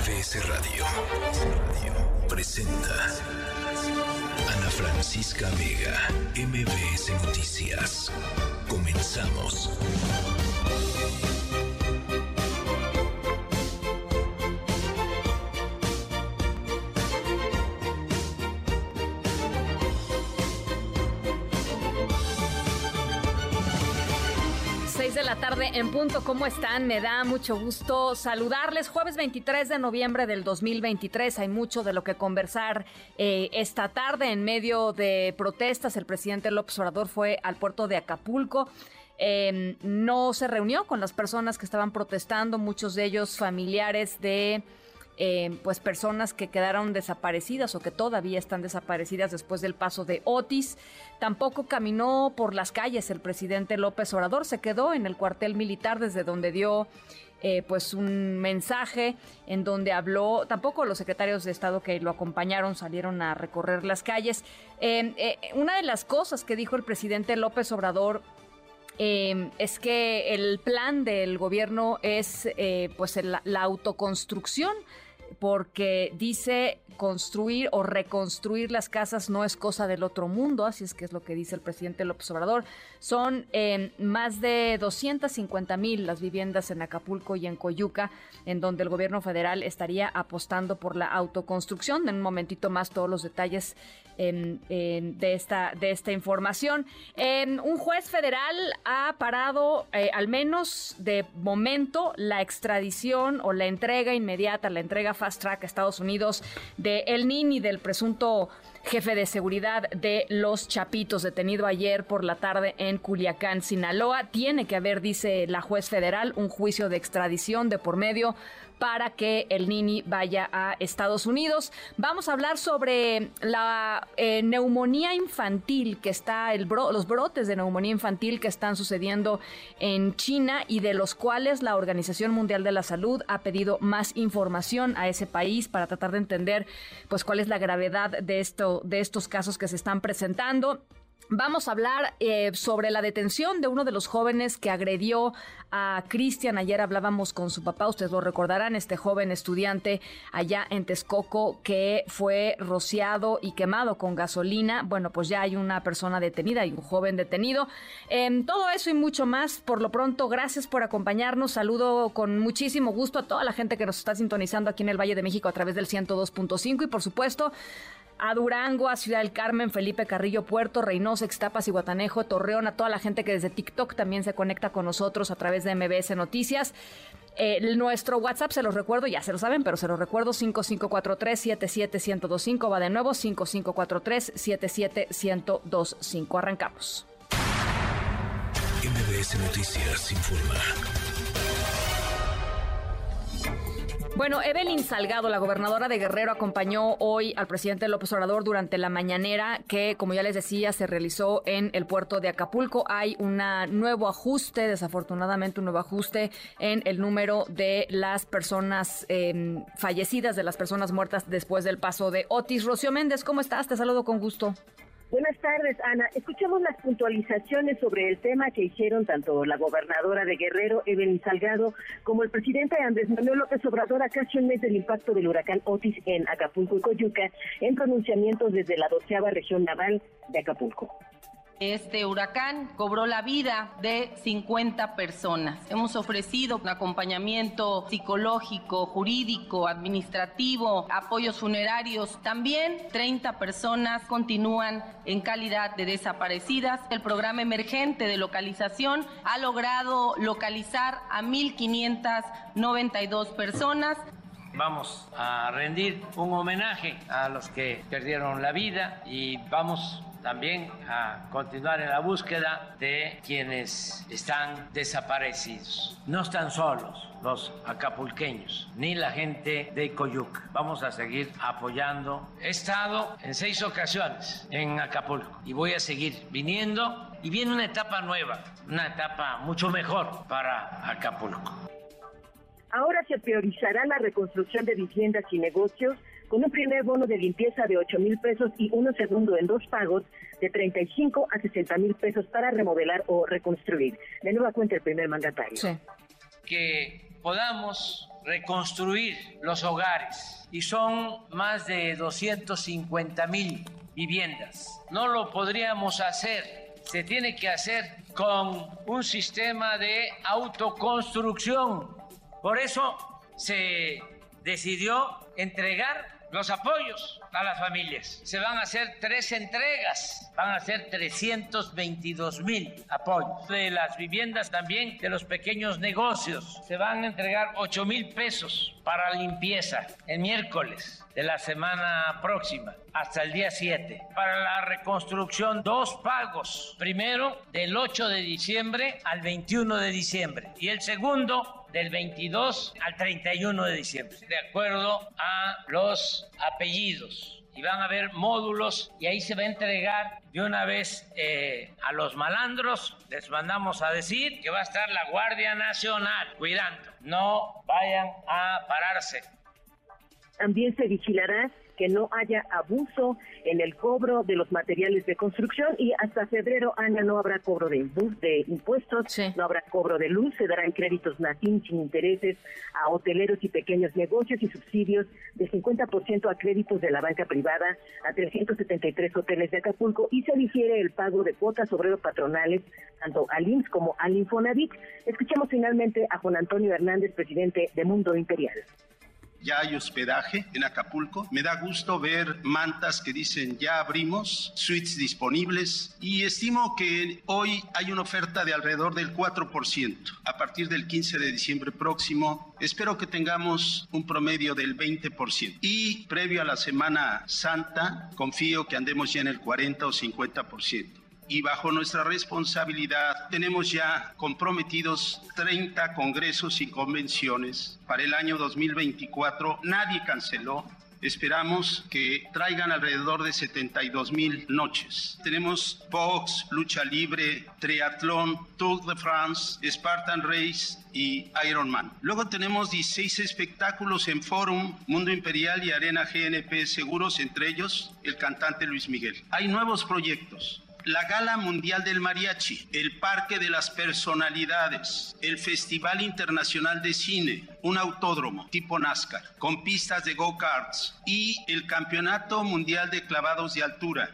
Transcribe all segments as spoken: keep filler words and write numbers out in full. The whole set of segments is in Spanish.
B S Radio presenta Ana Francisca Vega, M B S Noticias. Comenzamos. De la tarde en punto. ¿Cómo están? Me da mucho gusto saludarles. Jueves veintitrés de noviembre del dos mil veintitrés. Hay mucho de lo que conversar eh, esta tarde en medio de protestas. El presidente López Obrador fue al puerto de Acapulco. Eh, no se reunió con las personas que estaban protestando, muchos de ellos familiares de Eh, pues personas que quedaron desaparecidas o que todavía están desaparecidas después del paso de Otis. Tampoco caminó por las calles el presidente López Obrador, se quedó en el cuartel militar desde donde dio eh, pues un mensaje en donde habló. Tampoco los secretarios de Estado que lo acompañaron salieron a recorrer las calles. Eh, eh, una de las cosas que dijo el presidente López Obrador Eh, es que el plan del gobierno es eh, pues el, la autoconstrucción, porque dice construir o reconstruir las casas no es cosa del otro mundo, así es que es lo que dice el presidente López Obrador. Son eh, más de doscientas cincuenta mil las viviendas en Acapulco y en Coyuca, en donde el gobierno federal estaría apostando por la autoconstrucción. En un momentito más todos los detalles eh, eh, de esta de esta información. Eh, un juez federal ha parado, eh, al menos de momento, la extradición o la entrega inmediata, la entrega fast track a Estados Unidos de El Nini, del presunto jefe de seguridad de Los Chapitos, detenido ayer por la tarde en Culiacán, Sinaloa. Tiene que haber, dice la juez federal, un juicio de extradición de por medio para que el Nini vaya a Estados Unidos. Vamos a hablar sobre la eh, neumonía infantil que está, el bro, los brotes de neumonía infantil que están sucediendo en China y de los cuales la Organización Mundial de la Salud ha pedido más información a ese país para tratar de entender pues cuál es la gravedad de esto, de estos casos que se están presentando. Vamos a hablar eh, sobre la detención de uno de los jóvenes que agredió a Cristian. Ayer hablábamos con su papá, ustedes lo recordarán, este joven estudiante allá en Texcoco que fue rociado y quemado con gasolina. Bueno, pues ya hay una persona detenida, hay un joven detenido. Eh, todo eso y mucho más. Por lo pronto, gracias por acompañarnos. Saludo con muchísimo gusto a toda la gente que nos está sintonizando aquí en el Valle de México a través del ciento dos punto cinco y por supuesto a Durango, a Ciudad del Carmen, Felipe Carrillo, Puerto Reynosa, Ixtapas, Zihuatanejo, Torreón, a toda la gente que desde TikTok también se conecta con nosotros a través de M B S Noticias. Eh, nuestro WhatsApp, se los recuerdo, ya se lo saben, pero se los recuerdo, cinco cinco cuatro tres, siete siete uno cero dos cinco, va de nuevo, cinco cinco cuatro tres, siete siete uno cero dos cinco. Arrancamos. M B S Noticias informa. Bueno, Evelyn Salgado, la gobernadora de Guerrero, acompañó hoy al presidente López Obrador durante la mañanera que, como ya les decía, se realizó en el puerto de Acapulco. Hay un nuevo ajuste, desafortunadamente un nuevo ajuste en el número de las personas eh, fallecidas, de las personas muertas después del paso de Otis. Rocío Méndez, ¿cómo estás? Te saludo con gusto. Buenas tardes, Ana. Escuchamos las puntualizaciones sobre el tema que hicieron tanto la gobernadora de Guerrero, Evelyn Salgado, como el presidente Andrés Manuel López Obrador a casi un mes del impacto del huracán Otis en Acapulco y Coyuca, en pronunciamientos desde la doceava región naval de Acapulco. Este huracán cobró la vida de cincuenta personas. Hemos ofrecido un acompañamiento psicológico, jurídico, administrativo, apoyos funerarios. También treinta personas continúan en calidad de desaparecidas. El programa emergente de localización ha logrado localizar a mil quinientas noventa y dos personas. Vamos a rendir un homenaje a los que perdieron la vida y vamos también a continuar en la búsqueda de quienes están desaparecidos. No están solos los acapulqueños, ni la gente de Coyuca. Vamos a seguir apoyando. He estado en seis ocasiones en Acapulco y voy a seguir viniendo. Y viene una etapa nueva, una etapa mucho mejor para Acapulco. Ahora se priorizará la reconstrucción de viviendas y negocios con un primer bono de limpieza de ocho mil pesos y uno segundo en dos pagos de treinta y cinco a sesenta mil pesos para remodelar o reconstruir. De nueva cuenta el primer mandatario. Sí. Que podamos reconstruir los hogares y son más de doscientos cincuenta mil viviendas. No lo podríamos hacer, se tiene que hacer con un sistema de autoconstrucción. Por eso se decidió entregar los apoyos a las familias. Se van a hacer tres entregas, van a ser trescientos veintidós mil apoyos. De las viviendas también, de los pequeños negocios, se van a entregar ocho mil pesos para limpieza el miércoles de la semana próxima hasta el día siete. Para la reconstrucción, dos pagos. Primero, del ocho de diciembre al veintiuno de diciembre. Y el segundo, del veintidós al treinta y uno de diciembre, de acuerdo a los apellidos. Y van a haber módulos y ahí se va a entregar de una vez eh, a los malandros. Les mandamos a decir que va a estar la Guardia Nacional cuidando. No vayan a pararse. También se vigilará que no haya abuso en el cobro de los materiales de construcción y hasta febrero, Ana, no habrá cobro de, de impuestos, sí. no habrá cobro de luz, se darán créditos NACIM sin intereses a hoteleros y pequeños negocios y subsidios de cincuenta por ciento a créditos de la banca privada a trescientos setenta y tres hoteles de Acapulco y se difiere el pago de cuotas obreros patronales tanto al I M S S como al Infonavit. Escuchemos finalmente a Juan Antonio Hernández, presidente de Mundo Imperial. Ya hay hospedaje en Acapulco. Me da gusto ver mantas que dicen ya abrimos, suites disponibles y estimo que hoy hay una oferta de alrededor del cuatro por ciento. A partir del quince de diciembre próximo, espero que tengamos un promedio del veinte por ciento. Y previo a la Semana Santa, confío que andemos ya en el cuarenta o cincuenta por ciento. Y bajo nuestra responsabilidad tenemos ya comprometidos treinta congresos y convenciones para el año dos mil veinticuatro. Nadie canceló. Esperamos que traigan alrededor de setenta y dos mil noches. Tenemos box, lucha libre, triatlón, Tour de France, Spartan Race y Ironman. Luego tenemos dieciséis espectáculos en Fórum, Mundo Imperial y Arena G N P Seguros, entre ellos el cantante Luis Miguel. Hay nuevos proyectos. La Gala Mundial del Mariachi, el Parque de las Personalidades, el Festival Internacional de Cine, un autódromo tipo NASCAR, con pistas de go-karts y el Campeonato Mundial de Clavados de Altura.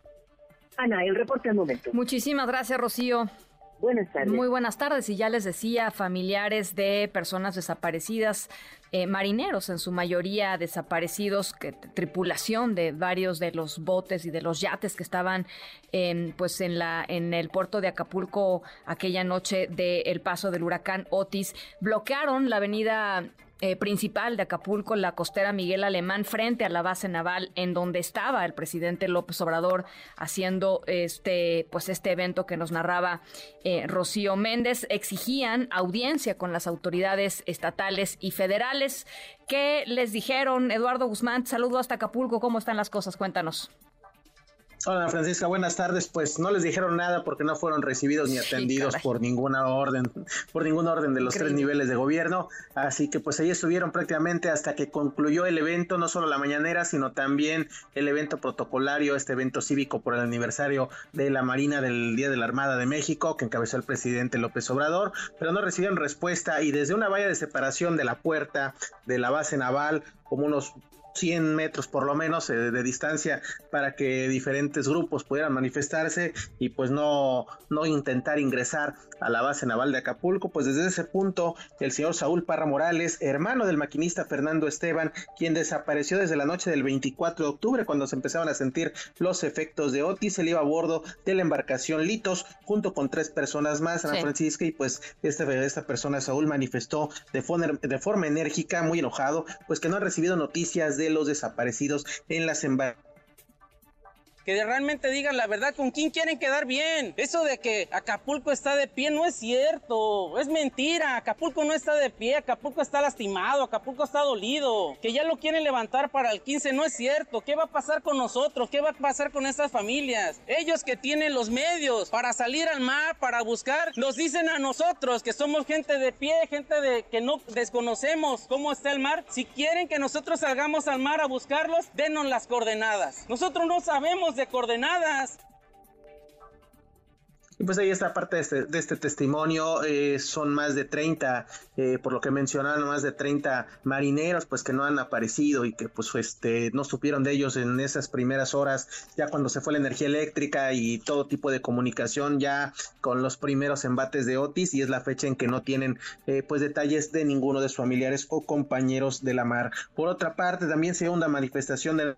Ana, el reporte al momento. Muchísimas gracias, Rocío. Buenas tardes. Muy buenas tardes. Y ya les decía, familiares de personas desaparecidas, eh, marineros en su mayoría desaparecidos, que, tripulación de varios de los botes y de los yates que estaban en, pues en, la, en el puerto de Acapulco aquella noche del paso del huracán Otis, bloquearon la avenida Eh, principal de Acapulco, la costera Miguel Alemán, frente a la base naval en donde estaba el presidente López Obrador haciendo este pues este evento que nos narraba eh, Rocío Méndez. Exigían audiencia con las autoridades estatales y federales. ¿Qué les dijeron? Eduardo Guzmán, saludo hasta Acapulco. ¿Cómo están las cosas? Cuéntanos. Hola, Francisca, buenas tardes. Pues no les dijeron nada porque no fueron recibidos ni atendidos sí, por ninguna orden, por ninguna orden de los Increíble. tres niveles de gobierno. Así que pues ahí estuvieron prácticamente hasta que concluyó el evento, no solo la mañanera, sino también el evento protocolario, este evento cívico por el aniversario de la Marina del Día de la Armada de México, que encabezó el presidente López Obrador, pero no recibieron respuesta y desde una valla de separación de la puerta de la base naval, como unos cien metros por lo menos eh, de distancia para que diferentes grupos pudieran manifestarse y pues no, no intentar ingresar a la base naval de Acapulco. Pues desde ese punto el señor Saúl Parra Morales, hermano del maquinista Fernando Esteban, quien desapareció desde la noche del veinticuatro de octubre cuando se empezaban a sentir los efectos de Otis, él iba a bordo de la embarcación Litos junto con tres personas más, Ana sí. Francisca, y pues esta, esta persona, Saúl, manifestó de forma, de forma enérgica, muy enojado, pues que no ha recibido noticias de de los desaparecidos en las embarcaciones. Que realmente digan la verdad, ¿con quién quieren quedar bien? Eso de que Acapulco está de pie no es cierto, es mentira. Acapulco no está de pie, Acapulco está lastimado, Acapulco está dolido. Que ya lo quieren levantar para el quince no es cierto. ¿Qué va a pasar con nosotros? ¿Qué va a pasar con estas familias? Ellos que tienen los medios para salir al mar, para buscar, nos dicen a nosotros que somos gente de pie, gente de que no desconocemos cómo está el mar. Si quieren que nosotros salgamos al mar a buscarlos, denos las coordenadas. Nosotros no sabemos de coordenadas. Y pues ahí está parte de este, de este testimonio, eh, son más de treinta, eh, por lo que mencionaron, más de treinta marineros pues que no han aparecido y que pues este no supieron de ellos en esas primeras horas, ya cuando se fue la energía eléctrica y todo tipo de comunicación ya con los primeros embates de Otis, y es la fecha en que no tienen eh, pues detalles de ninguno de sus familiares o compañeros de la mar. Por otra parte, también se dio una manifestación de...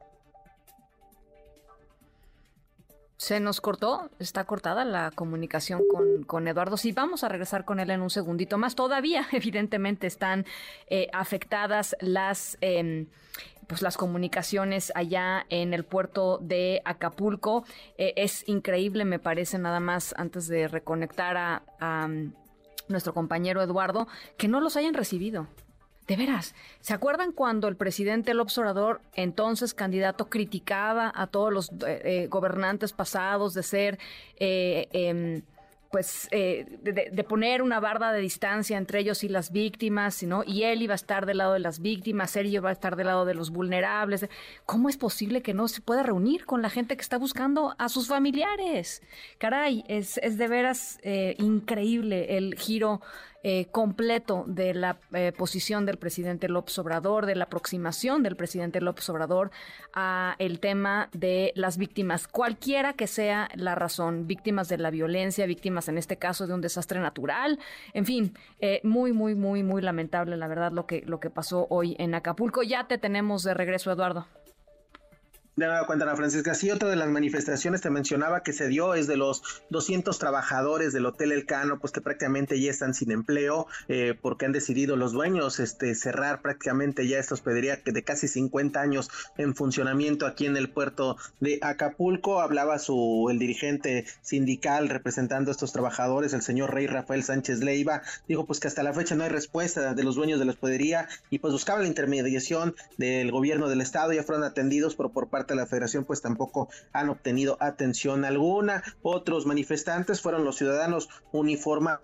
Se nos cortó, está cortada la comunicación con, con Eduardo. Sí, vamos a regresar con él en un segundito más. Todavía, evidentemente, están eh, afectadas las... Eh, pues las comunicaciones allá en el puerto de Acapulco. Eh, es increíble, me parece, nada más antes de reconectar a, a um, nuestro compañero Eduardo, que no los hayan recibido. De veras, ¿se acuerdan cuando el presidente López Obrador, entonces candidato, criticaba a todos los eh, gobernantes pasados de ser... Eh, eh, pues eh, de, de poner una barda de distancia entre ellos y las víctimas, ¿no? Y él iba a estar del lado de las víctimas, él iba a estar del lado de los vulnerables. ¿Cómo es posible que no se pueda reunir con la gente que está buscando a sus familiares? Caray, es, es de veras eh, increíble el giro eh, completo de la eh, posición del presidente López Obrador, de la aproximación del presidente López Obrador a el tema de las víctimas, cualquiera que sea la razón, víctimas de la violencia, víctimas en este caso de un desastre natural, en fin, eh, muy, muy, muy, muy lamentable, la verdad, lo que, lo que pasó hoy en Acapulco. Ya te tenemos de regreso, Eduardo. De nueva cuenta, Ana Francisca, sí, otra de las manifestaciones te mencionaba que se dio es de los doscientos trabajadores del Hotel Elcano, pues que prácticamente ya están sin empleo, eh, porque han decidido los dueños este, cerrar prácticamente ya esta hospedería que de casi cincuenta años en funcionamiento aquí en el puerto de Acapulco. Hablaba su el dirigente sindical representando a estos trabajadores, el señor Rey Rafael Sánchez Leiva, dijo pues que hasta la fecha no hay respuesta de los dueños de la hospedería y pues buscaban la intermediación del gobierno del estado, ya fueron atendidos, pero por parte de la federación pues tampoco han obtenido atención alguna. Otros manifestantes fueron los ciudadanos uniformados.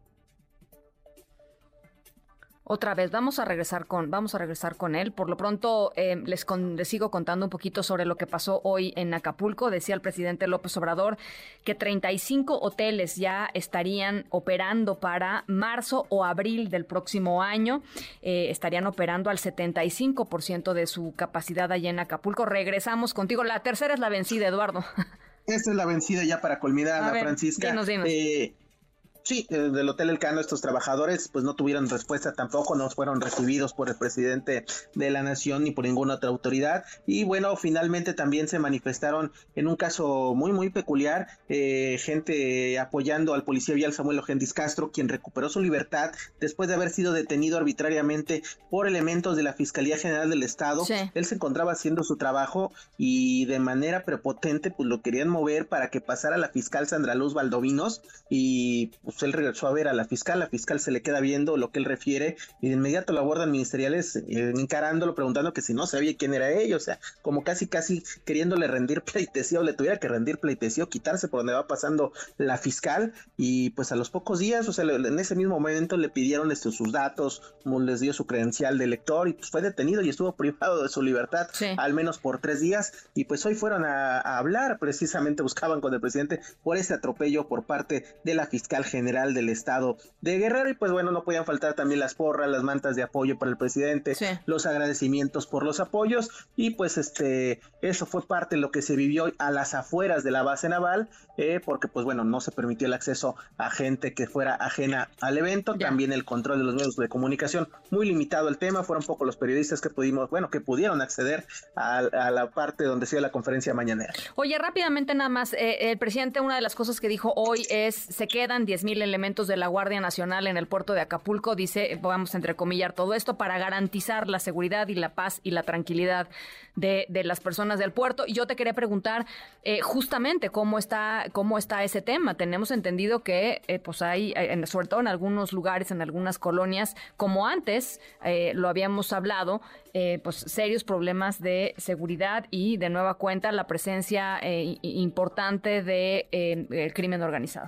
Otra vez, vamos a regresar con, vamos a regresar con él. Por lo pronto, eh, les, con, les sigo contando un poquito sobre lo que pasó hoy en Acapulco. Decía el presidente López Obrador que treinta y cinco hoteles ya estarían operando para marzo o abril del próximo año. Eh, estarían operando al setenta y cinco por ciento de su capacidad allá en Acapulco. Regresamos contigo. La tercera es la vencida, Eduardo. Esta es la vencida ya para culminar, Ana Francisca. Dinos, dinos. Eh, Sí, del Hotel Elcano, estos trabajadores pues no tuvieron respuesta tampoco, no fueron recibidos por el presidente de la nación ni por ninguna otra autoridad, y bueno, finalmente también se manifestaron en un caso muy muy peculiar, eh, gente apoyando al policía vial Samuel Ojendis Castro, quien recuperó su libertad después de haber sido detenido arbitrariamente por elementos de la Fiscalía General del Estado. Sí. Él se encontraba haciendo su trabajo y de manera prepotente pues lo querían mover para que pasara la fiscal Sandra Luz Valdovinos, y pues él regresó a ver a la fiscal, la fiscal se le queda viendo lo que él refiere y de inmediato la guardan ministeriales eh, encarándolo, preguntando que si no sabía quién era ella, o sea, como casi casi queriéndole rendir pleitesía o le tuviera que rendir pleitesía o quitarse por donde va pasando la fiscal, y pues a los pocos días, o sea, en ese mismo momento le pidieron estos, sus datos, les dio su credencial de elector y pues fue detenido y estuvo privado de su libertad, sí, al menos por tres días, y pues hoy fueron a, a hablar, precisamente buscaban con el presidente por este atropello por parte de la fiscal general general del estado de Guerrero, y pues bueno, no podían faltar también las porras, las mantas de apoyo para el presidente, sí, los agradecimientos por los apoyos, y pues este, eso fue parte de lo que se vivió a las afueras de la base naval, eh, porque pues bueno, no se permitió el acceso a gente que fuera ajena al evento, ya, también el control de los medios de comunicación, muy limitado el tema, fueron pocos los periodistas que pudimos, bueno, que pudieron acceder a, a la parte donde se dio la conferencia mañanera. Oye, rápidamente nada más, eh, el presidente, una de las cosas que dijo hoy es, se quedan diez mil elementos de la Guardia Nacional en el puerto de Acapulco, dice, vamos a entrecomillar todo esto, para garantizar la seguridad y la paz y la tranquilidad de, de las personas del puerto. Y yo te quería preguntar eh, justamente cómo está, cómo está ese tema. Tenemos entendido que eh, pues hay, en, sobre todo en algunos lugares, en algunas colonias, como antes eh, lo habíamos hablado, eh, pues serios problemas de seguridad y de nueva cuenta la presencia eh, importante de eh, el crimen organizado.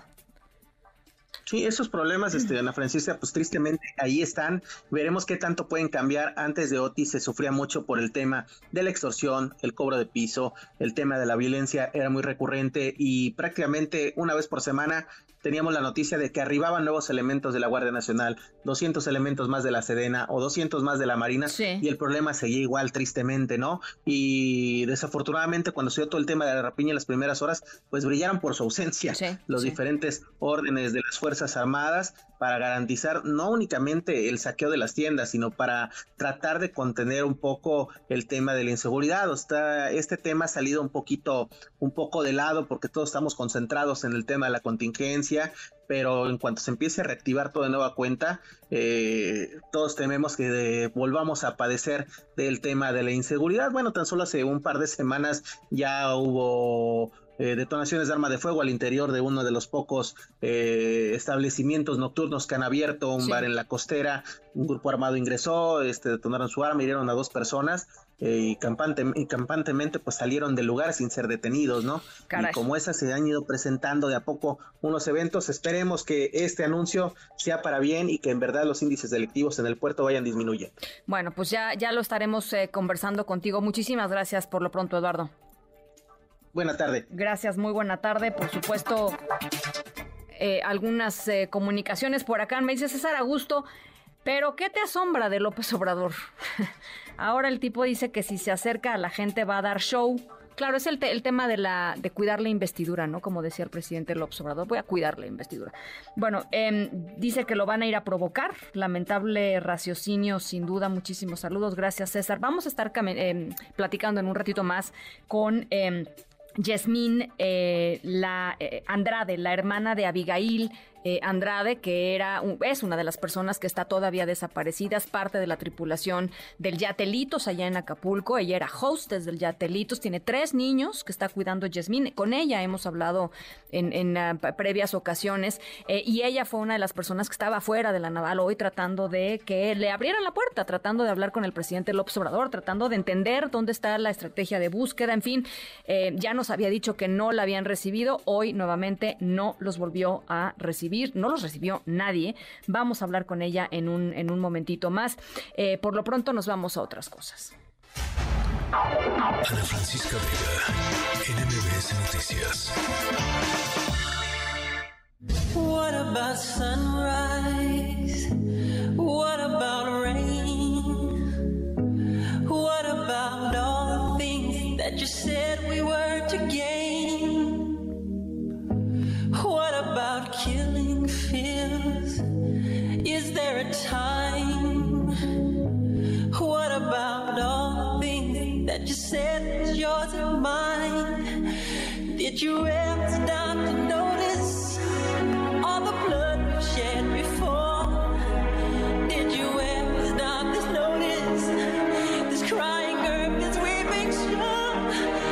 Sí, esos problemas, este, Ana Francisca, pues tristemente ahí están. Veremos qué tanto pueden cambiar. Antes de Otis se sufría mucho por el tema de la extorsión, el cobro de piso, el tema de la violencia era muy recurrente y prácticamente una vez por semana teníamos la noticia de que arribaban nuevos elementos de la Guardia Nacional, doscientos elementos más de la Sedena o doscientos más de la Marina, sí. Y el problema seguía igual, tristemente, ¿no? Y desafortunadamente cuando se dio todo el tema de la rapiña en las primeras horas, pues brillaron por su ausencia sí, los sí. diferentes órdenes de las Fuerzas Armadas para garantizar no únicamente el saqueo de las tiendas, sino para tratar de contener un poco el tema de la inseguridad. O sea, este tema ha salido un poquito, un poco de lado porque todos estamos concentrados en el tema de la contingencia, pero en cuanto se empiece a reactivar todo de nueva cuenta, eh, todos tememos que de, volvamos a padecer del tema de la inseguridad. Bueno, tan solo hace un par de semanas ya hubo Eh, detonaciones de arma de fuego al interior de uno de los pocos eh, establecimientos nocturnos que han abierto, un sí. bar en la Costera. Un grupo armado ingresó, este, detonaron su arma, hirieron a dos personas eh, y, campante, y campantemente pues salieron del lugar sin ser detenidos, ¿no? Caray. Y como esas se han ido presentando de a poco unos eventos, esperemos que este anuncio sea para bien y que en verdad los índices delictivos en el puerto vayan disminuyendo. Bueno, pues ya, ya lo estaremos eh, conversando contigo. Muchísimas gracias por lo pronto, Eduardo. Buena tarde. Gracias, muy buena tarde. Por supuesto, eh, algunas eh, comunicaciones por acá. Me dice César Augusto, ¿pero qué te asombra de López Obrador? Ahora el tipo dice que si se acerca a la gente va a dar show. Claro, es el, te- el tema de la de cuidar la investidura, ¿no? Como decía el presidente López Obrador, voy a cuidar la investidura. Bueno, eh, dice que lo van a ir a provocar. Lamentable raciocinio, sin duda. Muchísimos saludos. Gracias, César. Vamos a estar cam- eh, platicando en un ratito más con Eh, Yasmín eh, la, eh, Andrade, la hermana de Abigail eh, Andrade, que era es una de las personas que está todavía desaparecida, es parte de la tripulación del Yatelitos allá en Acapulco. Ella era hostess del Yatelitos, tiene tres niños que está cuidando Yasmín. Con ella hemos hablado en, en uh, previas ocasiones eh, y ella fue una de las personas que estaba fuera de la naval hoy tratando de que le abrieran la puerta, tratando de hablar con el presidente López Obrador, tratando de entender dónde está la estrategia de búsqueda, en fin, eh, ya nos había dicho que no la habían recibido, hoy nuevamente no los volvió a recibir. No los recibió nadie. Vamos a hablar con ella en un, en un momentito más. Eh, por lo pronto nos vamos a otras cosas. Ana Francisca Vega, N M B S Noticias. What about sunrise? What about rain? What about all the things that you said we were to gain? What about killing fears? Is there a time? What about all the things that you said was yours and mine? Did you ever stop to notice all the blood we've shed before? Did you ever stop to notice this crying earth, this weeping shore?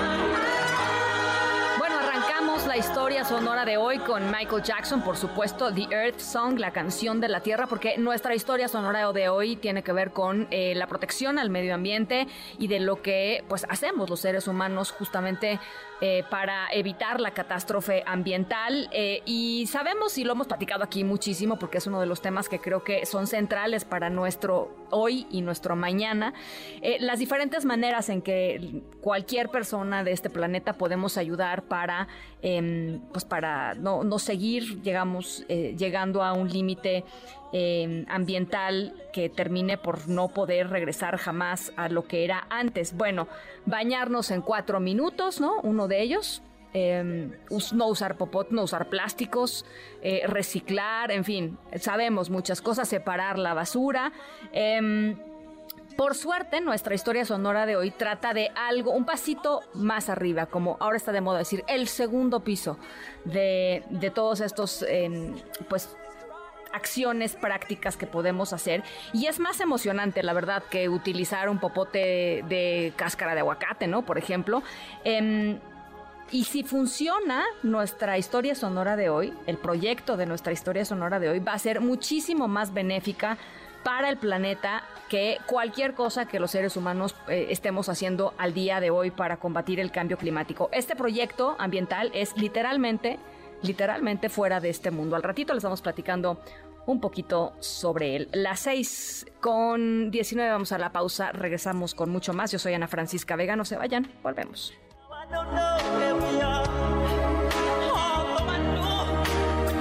La historia sonora de hoy con Michael Jackson, por supuesto, The Earth Song, la canción de la tierra, porque nuestra historia sonora de hoy tiene que ver con eh, la protección al medio ambiente y de lo que pues hacemos los seres humanos justamente eh, para evitar la catástrofe ambiental. Eh, y sabemos, y lo hemos platicado aquí muchísimo, porque es uno de los temas que creo que son centrales para nuestro hoy y nuestro mañana, eh, las diferentes maneras en que cualquier persona de este planeta podemos ayudar para eh, pues para no, no seguir llegamos, eh, llegando a un límite eh, ambiental que termine por no poder regresar jamás a lo que era antes. Bueno, bañarnos en cuatro minutos, ¿no? Uno de ellos. Eh, no usar popot, no usar plásticos, eh, reciclar, en fin, sabemos muchas cosas, separar la basura. Eh, Por suerte, nuestra historia sonora de hoy trata de algo, un pasito más arriba, como ahora está de moda decir, el segundo piso de, de todos estos, eh, pues, acciones prácticas que podemos hacer. Y es más emocionante, la verdad, que utilizar un popote de cáscara de aguacate, ¿no? Por ejemplo. Eh, Y si funciona nuestra historia sonora de hoy, el proyecto de nuestra historia sonora de hoy va a ser muchísimo más benéfica para el planeta que cualquier cosa que los seres humanos eh, estemos haciendo al día de hoy para combatir el cambio climático. Este proyecto ambiental es literalmente, literalmente fuera de este mundo. Al ratito les vamos platicando un poquito sobre él. Las seis con diecinueve, vamos a la pausa, regresamos con mucho más. Yo soy Ana Francisca Vega, no se vayan, volvemos. I don't know where we are, although I know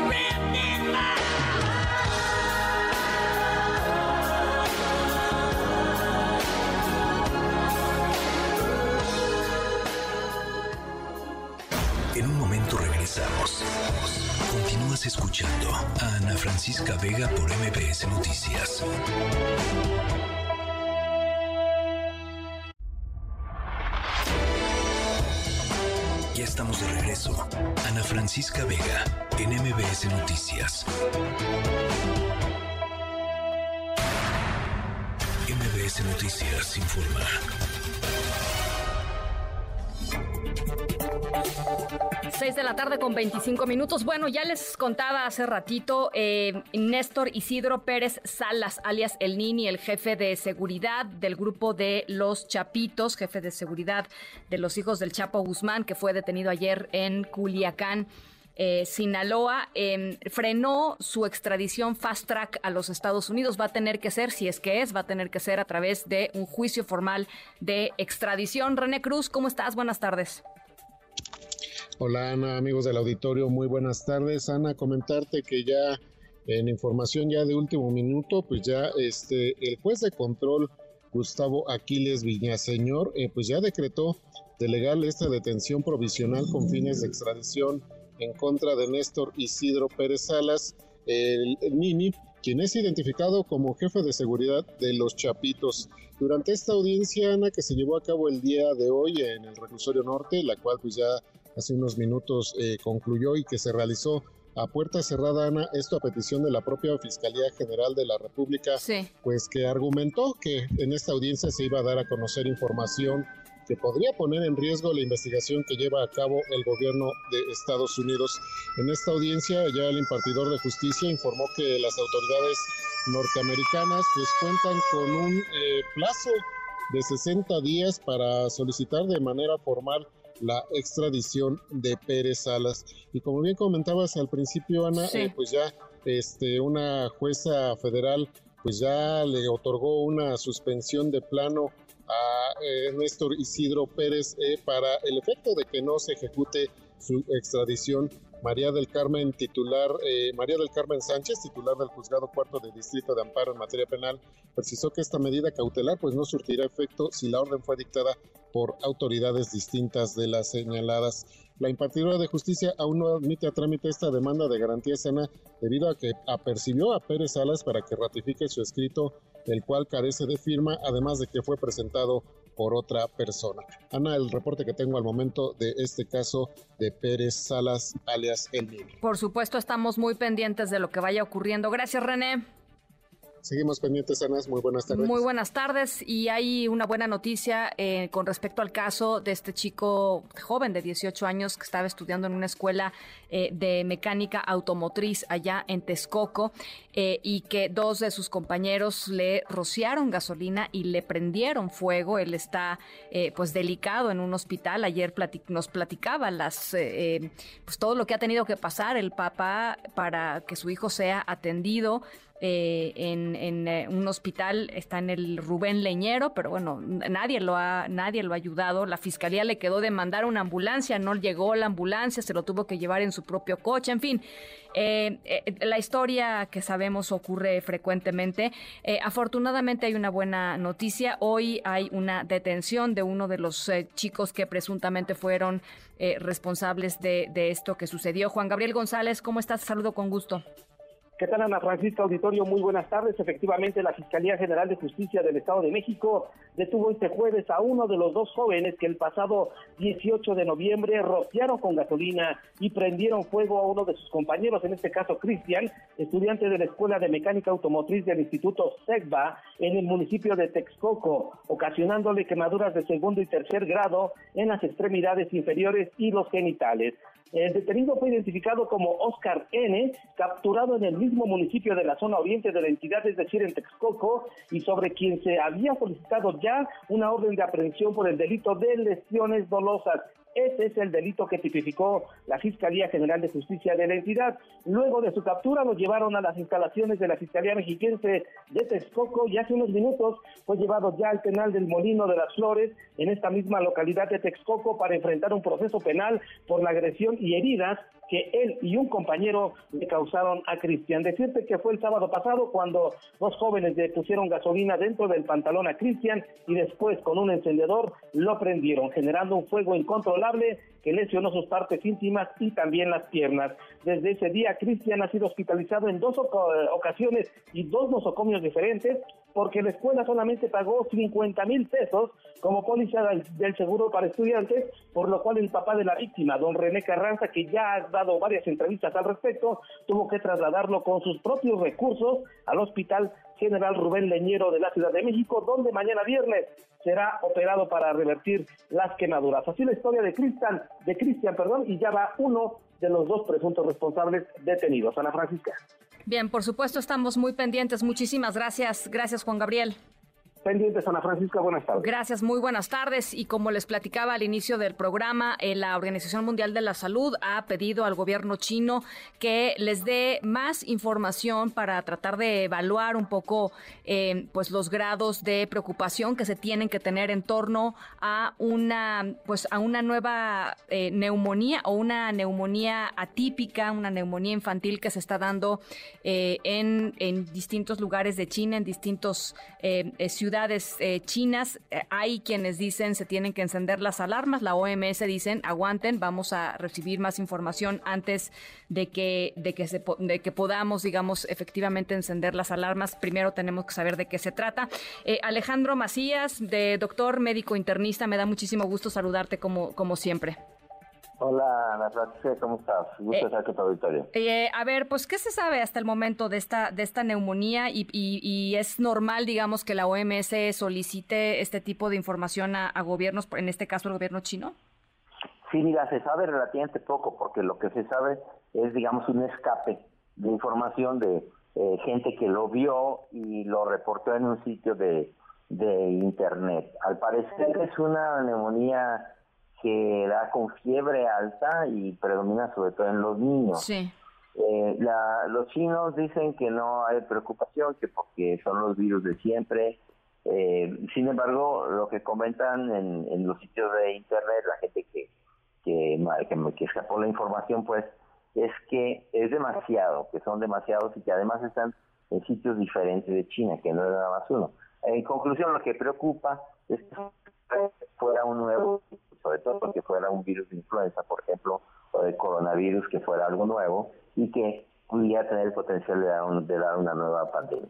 En un momento regresamos. Continúas escuchando a Ana Francisca Vega por M B S Noticias. Ya estamos de regreso. Ana Francisca Vega en M B S Noticias. M B S Noticias informa. seis de la tarde con veinticinco minutos. Bueno, ya les contaba hace ratito, eh, Néstor Isidro Pérez Salas, alias El Nini, el jefe de seguridad del grupo de Los Chapitos, jefe de seguridad de los hijos del Chapo Guzmán, que fue detenido ayer en Culiacán, Eh, Sinaloa, eh, frenó su extradición fast track a los Estados Unidos. Va a tener que ser, si es que es, va a tener que ser a través de un juicio formal de extradición. René Cruz, ¿cómo estás? Buenas tardes. Hola Ana, amigos del auditorio, muy buenas tardes. Ana, comentarte que ya en información ya de último minuto, pues ya este el juez de control Gustavo Aquiles Villaseñor, eh, pues ya decretó de legal esta detención provisional con fines de extradición en contra de Néstor Isidro Pérez Salas, el, el Nini, quien es identificado como jefe de seguridad de Los Chapitos. Durante esta audiencia, Ana, que se llevó a cabo el día de hoy en el Reclusorio Norte, la cual pues ya hace unos minutos eh, concluyó y que se realizó a puerta cerrada, Ana, esto a petición de la propia Fiscalía General de la República, sí. Pues que argumentó que en esta audiencia se iba a dar a conocer información que podría poner en riesgo la investigación que lleva a cabo el gobierno de Estados Unidos. En esta audiencia, ya el impartidor de justicia informó que las autoridades norteamericanas pues cuentan con un eh, plazo de sesenta días para solicitar de manera formal la extradición de Pérez Salas. Y como bien comentabas al principio, Ana, sí. eh, pues ya este, una jueza federal pues ya le otorgó una suspensión de plano a eh, Néstor Isidro Pérez eh, para el efecto de que no se ejecute su extradición. María del Carmen titular, eh, María del Carmen Sánchez, titular del Juzgado Cuarto de Distrito de Amparo en materia penal, precisó que esta medida cautelar pues no surtirá efecto si la orden fue dictada por autoridades distintas de las señaladas. La impartidora de justicia aún no admite a trámite esta demanda de garantía sana debido a que apercibió a Pérez Salas para que ratifique su escrito, el cual carece de firma, además de que fue presentado por otra persona. Ana, el reporte que tengo al momento de este caso de Pérez Salas, alias El Nini. Por supuesto, estamos muy pendientes de lo que vaya ocurriendo. Gracias, René. Seguimos pendientes, Ana. Muy buenas tardes. Muy buenas tardes. Y hay una buena noticia eh, con respecto al caso de este chico joven de dieciocho años que estaba estudiando en una escuela eh, de mecánica automotriz allá en Texcoco eh, y que dos de sus compañeros le rociaron gasolina y le prendieron fuego. Él está eh, pues delicado en un hospital. Ayer platic- nos platicaba las eh, eh, pues todo lo que ha tenido que pasar el papá para que su hijo sea atendido. Eh, en, en eh, un hospital, está en el Rubén Leñero, pero bueno, nadie lo ha nadie lo ha ayudado. La fiscalía le quedó de mandar una ambulancia, no llegó la ambulancia, se lo tuvo que llevar en su propio coche, en fin. Eh, eh, la historia que sabemos ocurre frecuentemente. Eh, afortunadamente hay una buena noticia. Hoy hay una detención de uno de los eh, chicos que presuntamente fueron eh, responsables de, de esto que sucedió. Juan Gabriel González, ¿cómo estás? Saludo con gusto. ¿Qué tal, Ana Francisca Auditorio? Muy buenas tardes. Efectivamente, la Fiscalía General de Justicia del Estado de México detuvo este jueves a uno de los dos jóvenes que el pasado dieciocho de noviembre rociaron con gasolina y prendieron fuego a uno de sus compañeros, en este caso Cristian, estudiante de la Escuela de Mecánica Automotriz del Instituto SEGBA en el municipio de Texcoco, ocasionándole quemaduras de segundo y tercer grado en las extremidades inferiores y los genitales. El detenido fue identificado como Oscar N., capturado en el mismo municipio de la zona oriente de la entidad, es decir, en Texcoco, y sobre quien se había solicitado ya una orden de aprehensión por el delito de lesiones dolosas. Ese es el delito que tipificó la Fiscalía General de Justicia de la entidad. Luego de su captura lo llevaron a las instalaciones de la Fiscalía Mexiquense de Texcoco y hace unos minutos fue llevado ya al penal del Molino de las Flores en esta misma localidad de Texcoco para enfrentar un proceso penal por la agresión y heridas que él y un compañero le causaron a Cristian. Decirte que fue el sábado pasado cuando dos jóvenes le pusieron gasolina dentro del pantalón a Cristian y después con un encendedor lo prendieron, generando un fuego incontrolable que lesionó sus partes íntimas y también las piernas. Desde ese día, Cristian ha sido hospitalizado en dos ocasiones y dos nosocomios diferentes, porque la escuela solamente pagó cincuenta mil pesos como póliza del seguro para estudiantes, por lo cual el papá de la víctima, don René Carranza, que ya ha dado varias entrevistas al respecto, tuvo que trasladarlo con sus propios recursos al Hospital General Rubén Leñero de la Ciudad de México, donde mañana viernes será operado para revertir las quemaduras. Así la historia de Cristian, de Cristian, perdón, y ya va uno de los dos presuntos responsables detenidos. Ana Francisca. Bien, por supuesto, estamos muy pendientes. Muchísimas gracias. Gracias, Juan Gabriel. Pendientes, Ana Francisca, buenas tardes. Gracias, muy buenas tardes. Y como les platicaba al inicio del programa, eh, la Organización Mundial de la Salud ha pedido al gobierno chino que les dé más información para tratar de evaluar un poco eh, pues los grados de preocupación que se tienen que tener en torno a una pues a una nueva eh, neumonía o una neumonía atípica, una neumonía infantil que se está dando eh, en, en distintos lugares de China, en distintos eh, ciudades Eh, chinas. Eh, hay quienes dicen se tienen que encender las alarmas. La O M S dicen aguanten, vamos a recibir más información antes de que de que se de que podamos, digamos, efectivamente encender las alarmas. Primero tenemos que saber de qué se trata. Eh, Alejandro Macías, de doctor médico internista, me da muchísimo gusto saludarte como como siempre. Hola, Ana Francisca, ¿cómo estás? Gusto Eh, estar con tu auditorio. Eh, a ver, pues, ¿qué se sabe hasta el momento de esta de esta neumonía? Y, y, y es normal, digamos, que la O M S solicite este tipo de información a, a gobiernos, en este caso el gobierno chino. Sí, mira, se sabe relativamente poco, porque lo que se sabe es, digamos, un escape de información de eh, gente que lo vio y lo reportó en un sitio de, de internet. Al parecer es una neumonía que da con fiebre alta y predomina sobre todo en los niños. Sí. Eh, la, los chinos dicen que no hay preocupación, que porque son los virus de siempre. Eh, sin embargo, lo que comentan en, en los sitios de internet, la gente que que, que que escapó la información, pues, es que es demasiado, que son demasiados y que además están en sitios diferentes de China, que no es nada más uno. En conclusión, lo que preocupa es que fuera un nuevo, sobre todo porque fuera un virus de influenza, por ejemplo, o de coronavirus, que fuera algo nuevo y que pudiera tener el potencial de dar, un, de dar una nueva pandemia.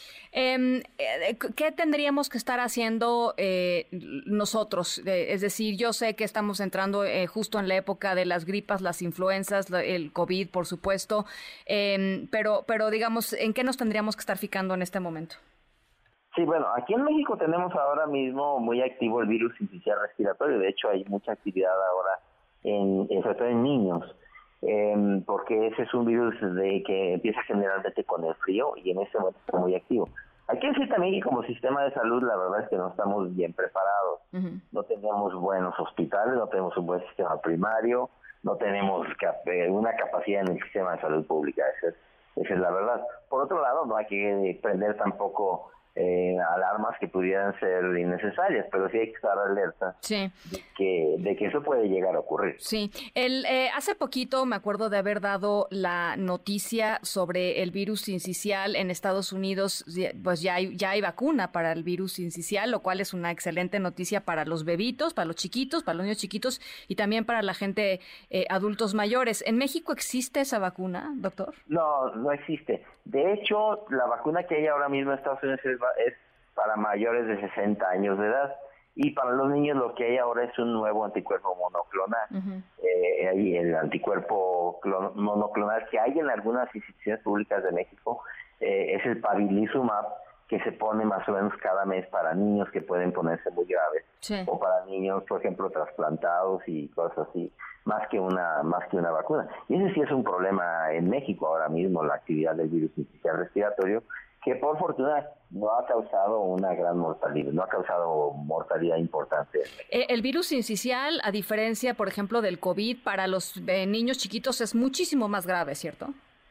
Eh, ¿Qué tendríamos que estar haciendo eh, nosotros? Eh, es decir, yo sé que estamos entrando eh, justo en la época de las gripas, las influencias, el COVID, por supuesto, eh, pero, pero digamos, ¿en qué nos tendríamos que estar fijando en este momento? Sí, bueno, aquí en México tenemos ahora mismo muy activo el virus sincicial respiratorio. De hecho, hay mucha actividad ahora, en, sobre todo en niños, eh, porque ese es un virus de que empieza generalmente con el frío y en ese momento está muy activo. Hay que decir también que como sistema de salud, la verdad es que no estamos bien preparados. Uh-huh. No tenemos buenos hospitales, no tenemos un buen sistema primario, no tenemos cap- una capacidad en el sistema de salud pública. Esa es, esa es la verdad. Por otro lado, no hay que prender tampoco Eh, alarmas que pudieran ser innecesarias, pero sí hay que estar alerta sí. de, que, de que eso puede llegar a ocurrir. Sí, el, eh, hace poquito me acuerdo de haber dado la noticia sobre el virus sincicial en Estados Unidos, pues ya hay, ya hay vacuna para el virus sincicial, lo cual es una excelente noticia para los bebitos, para los chiquitos, para los niños chiquitos y también para la gente eh, adultos mayores. ¿En México existe esa vacuna, doctor? No, no existe. De hecho, la vacuna que hay ahora mismo en Estados Unidos es, es para mayores de sesenta años de edad y para los niños lo que hay ahora es un nuevo anticuerpo monoclonal. Uh-huh. Eh, hay el anticuerpo clon- monoclonal que hay en algunas instituciones públicas de México, eh, es el Pabilizumab, que se pone más o menos cada mes para niños que pueden ponerse muy graves, sí. o para niños, por ejemplo, trasplantados y cosas así, más que una más que una vacuna. Y ese sí es un problema en México ahora mismo, la actividad del virus sincicial respiratorio, que por fortuna no ha causado una gran mortalidad, no ha causado mortalidad importante. Eh, el virus sincicial, a diferencia, por ejemplo, del COVID, para los eh, niños chiquitos es muchísimo más grave, ¿cierto?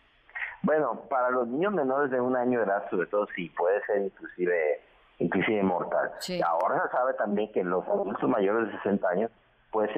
Bueno, para los niños menores de un año de edad, sobre todo, sí puede ser inclusive inclusive mortal. Sí. Ahora se sabe también que los adultos mayores de sesenta años, pues es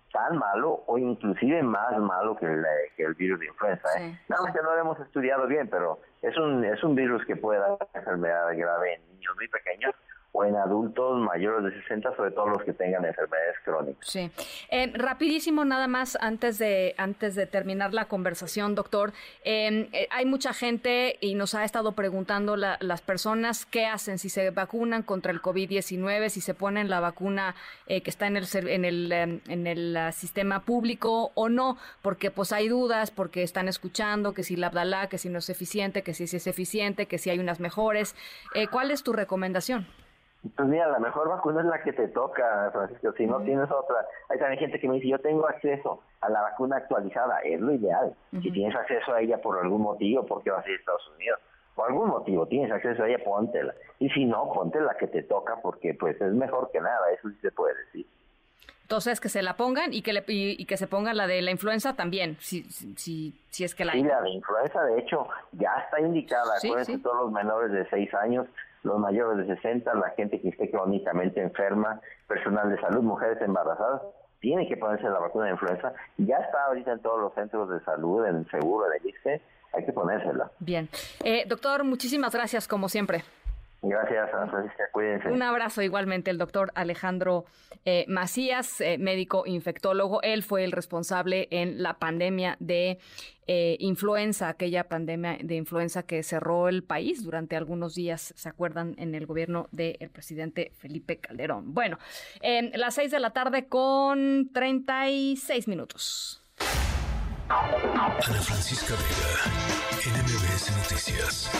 tan malo o inclusive más malo que el, que el virus de influenza. ¿eh? Sí, Nada más sí. que no lo hemos estudiado bien, pero es un es un virus que puede dar enfermedad grave en niños muy pequeños o en adultos mayores de sesenta, sobre todo los que tengan enfermedades crónicas. Sí. Eh, rapidísimo, nada más, antes de antes de terminar la conversación, doctor, eh, eh, hay mucha gente y nos ha estado preguntando la, las personas qué hacen, si se vacunan contra el COVID diecinueve, si se ponen la vacuna eh, que está en el en el eh, en el uh, sistema público o no, porque pues hay dudas, porque están escuchando que si la Abdalá, que si no es eficiente, que si sí es eficiente, que si hay unas mejores. Eh, ¿Cuál es tu recomendación? Pues mira, la mejor vacuna es la que te toca, Francisco. Si no uh-huh. tienes otra, hay también gente que me dice, yo tengo acceso a la vacuna actualizada, es lo ideal. Uh-huh. Si tienes acceso a ella por algún motivo, porque vas a ir a Estados Unidos, por algún motivo tienes acceso a ella, póntela. Y si no, ponte la que te toca, porque pues es mejor que nada, eso sí se puede decir. Entonces, que se la pongan y que le, y, y que se pongan la de la influenza también, si si, si, si es que la hay. Sí, la de influenza, de hecho, ya está indicada. Sí, acuérdense, sí. Todos los menores de seis años, los mayores de sesenta, la gente que esté crónicamente enferma, personal de salud, mujeres embarazadas, tienen que ponerse la vacuna de influenza. Ya está ahorita en todos los centros de salud, en el seguro, en el I S S S T E, hay que ponérsela. Bien. Eh, doctor, muchísimas gracias, como siempre. Gracias, Francisca, cuídense. Un abrazo igualmente, el doctor Alejandro eh, Macías, eh, médico infectólogo. Él fue el responsable en la pandemia de eh, influenza, aquella pandemia de influenza que cerró el país durante algunos días, ¿se acuerdan? En el gobierno del presidente Felipe Calderón. Bueno, eh, las seis de la tarde con treinta y seis minutos. Ana Francisca Vega, N M B S Noticias.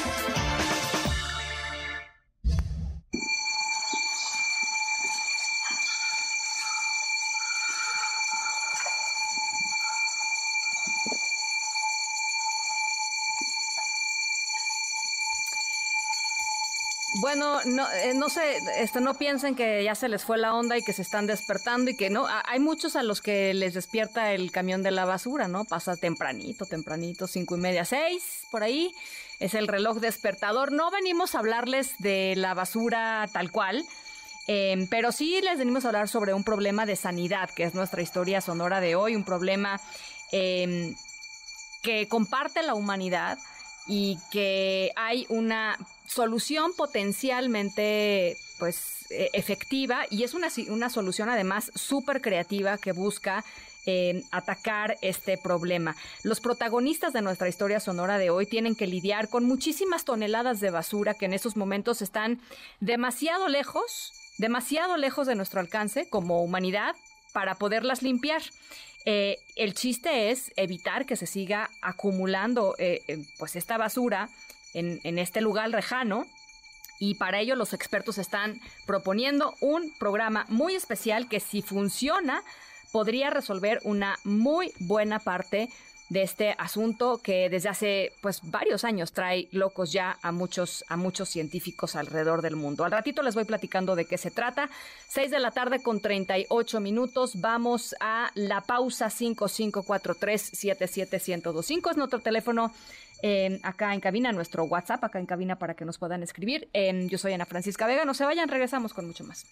Bueno, no, eh, no sé, este, no piensen que ya se les fue la onda y que se están despertando y que no. Hay muchos a los que les despierta el camión de la basura, ¿no? Pasa tempranito, tempranito, cinco y media, seis, por ahí. Es el reloj despertador. No venimos a hablarles de la basura tal cual, eh, pero sí les venimos a hablar sobre un problema de sanidad, que es nuestra historia sonora de hoy, un problema eh, que comparte la humanidad y que hay una solución potencialmente pues eh, efectiva, y es una, una solución además súper creativa que busca eh, atacar este problema. Los protagonistas de nuestra historia sonora de hoy tienen que lidiar con muchísimas toneladas de basura que en estos momentos están demasiado lejos, demasiado lejos de nuestro alcance como humanidad para poderlas limpiar. Eh, el chiste es evitar que se siga acumulando eh, eh, pues esta basura En, en este lugar lejano, y para ello los expertos están proponiendo un programa muy especial que, si funciona, podría resolver una muy buena parte de este asunto que desde hace pues varios años trae locos ya a muchos a muchos científicos alrededor del mundo. Al ratito les voy platicando de qué se trata. Seis de la tarde con treinta y ocho minutos. Vamos a la pausa. Cinco cinco cuatro tres siete siete uno cero dos cinco es nuestro teléfono eh, acá en cabina, nuestro WhatsApp acá en cabina para que nos puedan escribir. Eh, yo soy Ana Francisca Vega. No se vayan, regresamos con mucho más.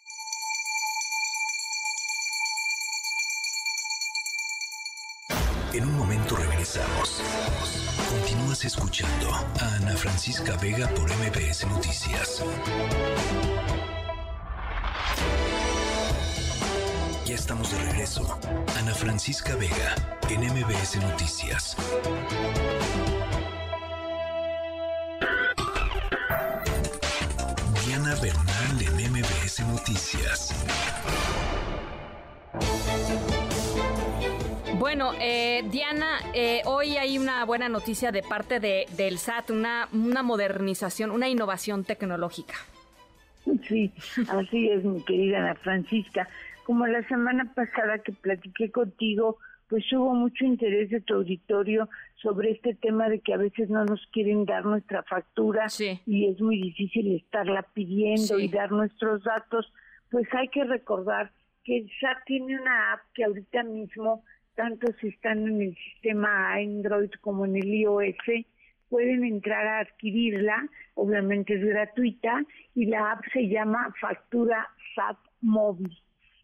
En un momento regresamos. Continúas escuchando a Ana Francisca Vega por M B S Noticias. Ya estamos de regreso. Ana Francisca Vega en M B S Noticias. Diana Bernal en M B S Noticias. Bueno, eh, Diana, eh, hoy hay una buena noticia de parte de, del S A T, una, una modernización, una innovación tecnológica. Sí, así es, mi querida Ana Francisca. Como la semana pasada que platiqué contigo, pues hubo mucho interés de tu auditorio sobre este tema de que a veces no nos quieren dar nuestra factura, sí, y es muy difícil estarla pidiendo, sí, y dar nuestros datos. Pues hay que recordar que el S A T tiene una app que ahorita mismo, tanto si están en el sistema Android como en el iOS, pueden entrar a adquirirla, obviamente es gratuita, y la app se llama Factura S A T Móvil.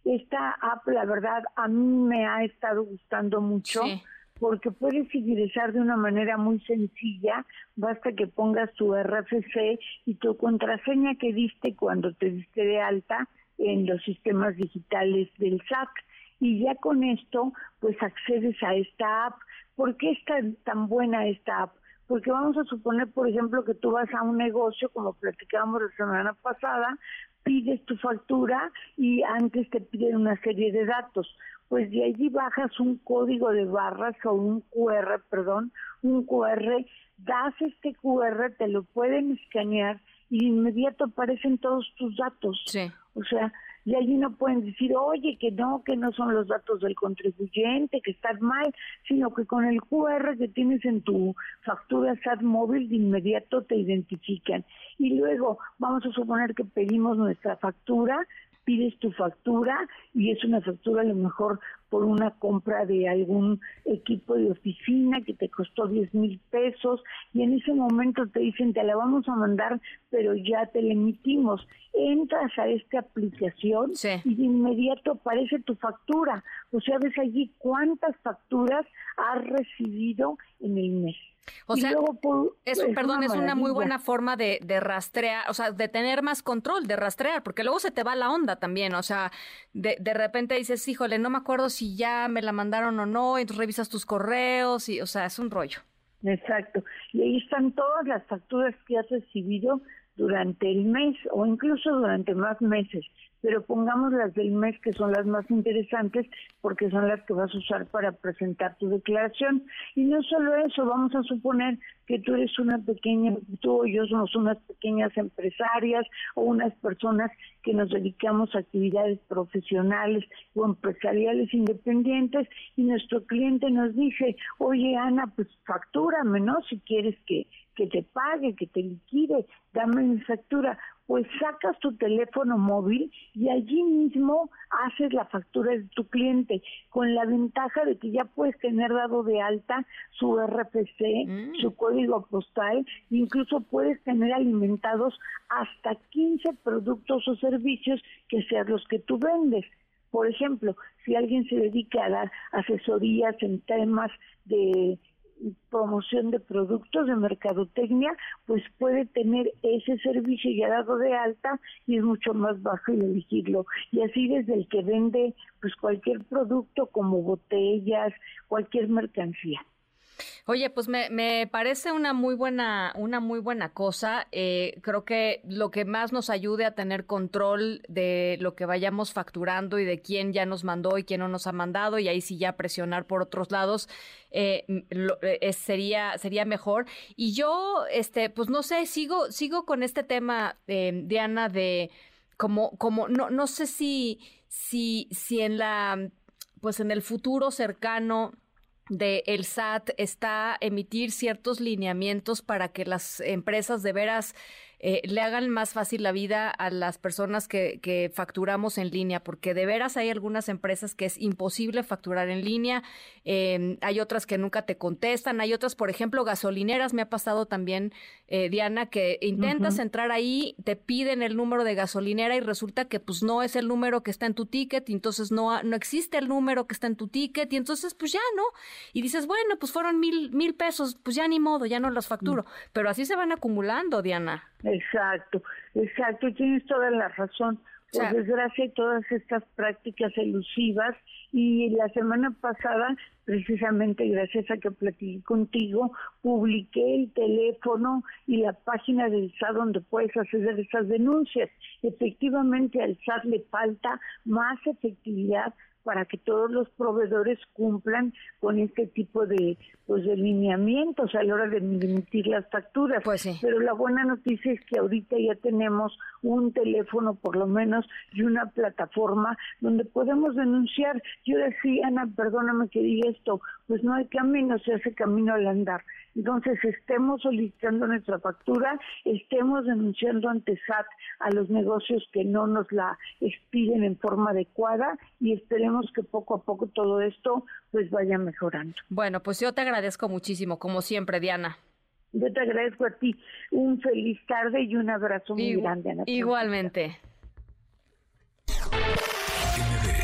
Esta app, la verdad, a mí me ha estado gustando mucho. Sí. Porque puedes ingresar de una manera muy sencilla, basta que pongas tu R F C y tu contraseña que diste cuando te diste de alta en los sistemas digitales del S A C, y ya con esto pues accedes a esta app. ¿Por qué es tan, tan buena esta app? Porque vamos a suponer, por ejemplo, que tú vas a un negocio, como platicábamos la semana pasada, pides tu factura y antes te piden una serie de datos. Pues de allí bajas un código de barras o un Q R, perdón, un Q R, das este Q R, te lo pueden escanear y de inmediato aparecen todos tus datos. Sí. O sea, y allí no pueden decir, oye, que no, que no son los datos del contribuyente, que están mal, sino que con el Q R que tienes en tu factura S A T móvil, de inmediato te identifican. Y luego, vamos a suponer que pedimos nuestra factura, pides tu factura y es una factura a lo mejor por una compra de algún equipo de oficina que te costó diez mil pesos y en ese momento te dicen te la vamos a mandar pero ya te la emitimos. Entras a esta aplicación sí. y de inmediato aparece tu factura. O sea, ves allí cuántas facturas has recibido en el mes. O sea, luego, por, eso, es perdón, una es una muy buena forma de, de rastrear, o sea, de tener más control, de rastrear, porque luego se te va la onda también, o sea, de, de repente dices, híjole, no me acuerdo si ya me la mandaron o no, y entonces revisas tus correos, y, o sea, es un rollo. Exacto, y ahí están todas las facturas que has recibido durante el mes, o incluso durante más meses, pero pongamos las del mes que son las más interesantes porque son las que vas a usar para presentar tu declaración. Y no solo eso, vamos a suponer que tú eres una pequeña, tú o yo somos unas pequeñas empresarias o unas personas que nos dedicamos a actividades profesionales o empresariales independientes y nuestro cliente nos dice, oye Ana, pues factúrame, ¿no? Si quieres que que te pague, que te liquide, dame mi factura. Pues sacas tu teléfono móvil y allí mismo haces la factura de tu cliente, con la ventaja de que ya puedes tener dado de alta su R F C, mm. su código postal, incluso puedes tener alimentados hasta quince productos o servicios que sean los que tú vendes. Por ejemplo, si alguien se dedica a dar asesorías en temas de promoción de productos de mercadotecnia, pues puede tener ese servicio ya dado de alta y es mucho más bajo el elegirlo. Y así desde el que vende pues cualquier producto como botellas, cualquier mercancía. Oye, pues me, me parece una muy buena, una muy buena cosa. Eh, creo que lo que más nos ayude a tener control de lo que vayamos facturando y de quién ya nos mandó y quién no nos ha mandado, y ahí sí ya presionar por otros lados, eh, lo, eh, sería, sería mejor. Y yo, este, pues no sé, sigo, sigo con este tema, eh, Diana, de como, como, no, no sé si, si, si en la, pues en el futuro cercano de el S A T está emitir ciertos lineamientos para que las empresas de veras eh, le hagan más fácil la vida a las personas que, que facturamos en línea, porque de veras hay algunas empresas que es imposible facturar en línea, eh, hay otras que nunca te contestan, hay otras, por ejemplo, gasolineras, me ha pasado también, eh, Diana, que intentas uh-huh. entrar ahí, te piden el número de gasolinera y resulta que pues no es el número que está en tu ticket, y entonces no, no existe el número que está en tu ticket, y entonces pues ya, ¿no? Y dices, bueno, pues fueron mil, mil pesos, pues ya ni modo, ya no los facturo. Uh-huh. Pero así se van acumulando, Diana. Exacto, exacto, tienes toda la razón. Por o desgracia, todas estas prácticas elusivas, y la semana pasada, precisamente gracias a que platiqué contigo, publiqué el teléfono y la página del S A T donde puedes hacer esas denuncias. Efectivamente, al S A T le falta más efectividad para que todos los proveedores cumplan con este tipo de pues de lineamientos a la hora de emitir las facturas. Pues sí. Pero la buena noticia es que ahorita ya tenemos un teléfono por lo menos y una plataforma donde podemos denunciar. Yo decía, Ana, perdóname que diga esto, pues no hay camino, se hace camino al andar. Entonces estemos solicitando nuestra factura, estemos denunciando ante S A T a los negocios que no nos la expiden en forma adecuada y esperemos que poco a poco todo esto pues vaya mejorando. Bueno, pues yo te agradezco muchísimo, como siempre, Diana. Yo te agradezco a ti. Un feliz tarde y un abrazo muy Igu- grande, Ana. Igualmente. M B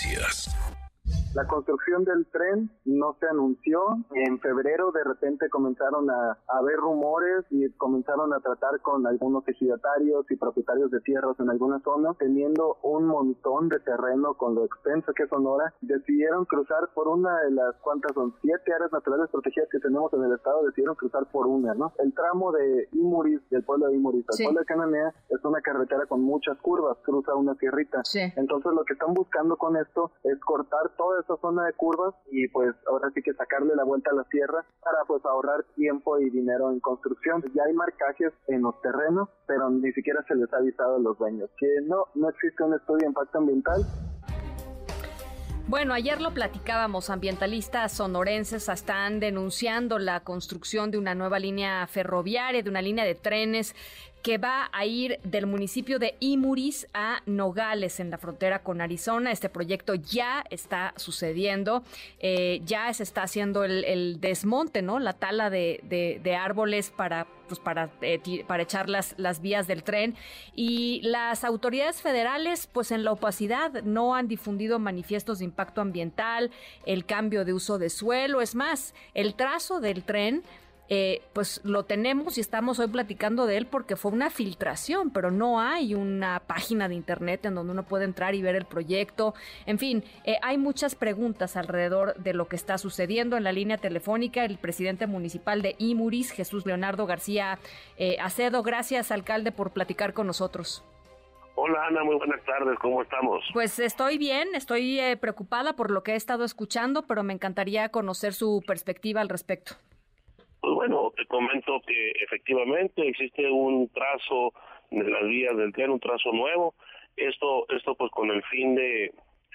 noticias. La construcción del tren no se anunció. En febrero de repente comenzaron a, a haber rumores y comenzaron a tratar con algunos ejidatarios y propietarios de tierras en algunas zonas, teniendo un montón de terreno con lo extenso que es Sonora. Decidieron cruzar por una de las, ¿cuántas son? Siete áreas naturales protegidas que tenemos en el estado, decidieron cruzar por una, ¿no? El tramo de Imuris, del pueblo de Imuris al sí. pueblo de Cananea, es una carretera con muchas curvas, cruza una sierrita. Sí. Entonces lo que están buscando con esto es cortar toda esa zona de curvas y pues ahora sí que sacarle la vuelta a la tierra para pues ahorrar tiempo y dinero en construcción. Ya hay marcajes en los terrenos, pero ni siquiera se les ha avisado a los dueños que no, no existe un estudio de impacto ambiental. Bueno, ayer lo platicábamos, ambientalistas sonorenses están denunciando la construcción de una nueva línea ferroviaria, de una línea de trenes que va a ir del municipio de Imuris a Nogales, en la frontera con Arizona. Este proyecto ya está sucediendo, eh, ya se está haciendo el, el desmonte, ¿no? La tala de, de, de árboles para, pues para, eh, para echar las, las vías del tren. Y las autoridades federales, pues en la opacidad, no han difundido manifiestos de impacto ambiental, el cambio de uso de suelo. Es más, el trazo del tren, Eh, pues lo tenemos y estamos hoy platicando de él porque fue una filtración, pero no hay una página de internet en donde uno puede entrar y ver el proyecto. En fin, eh, hay muchas preguntas alrededor de lo que está sucediendo. En la línea telefónica, el presidente municipal de Imuris, Jesús Leonardo García eh, Acedo. Gracias, alcalde, por platicar con nosotros. Hola, Ana, muy buenas tardes, ¿cómo estamos? Pues estoy bien, estoy eh, preocupada por lo que he estado escuchando, pero me encantaría conocer su perspectiva al respecto. Pues bueno, te comento que efectivamente existe un trazo de las vías del tren, un trazo nuevo. Esto, esto pues con el fin de,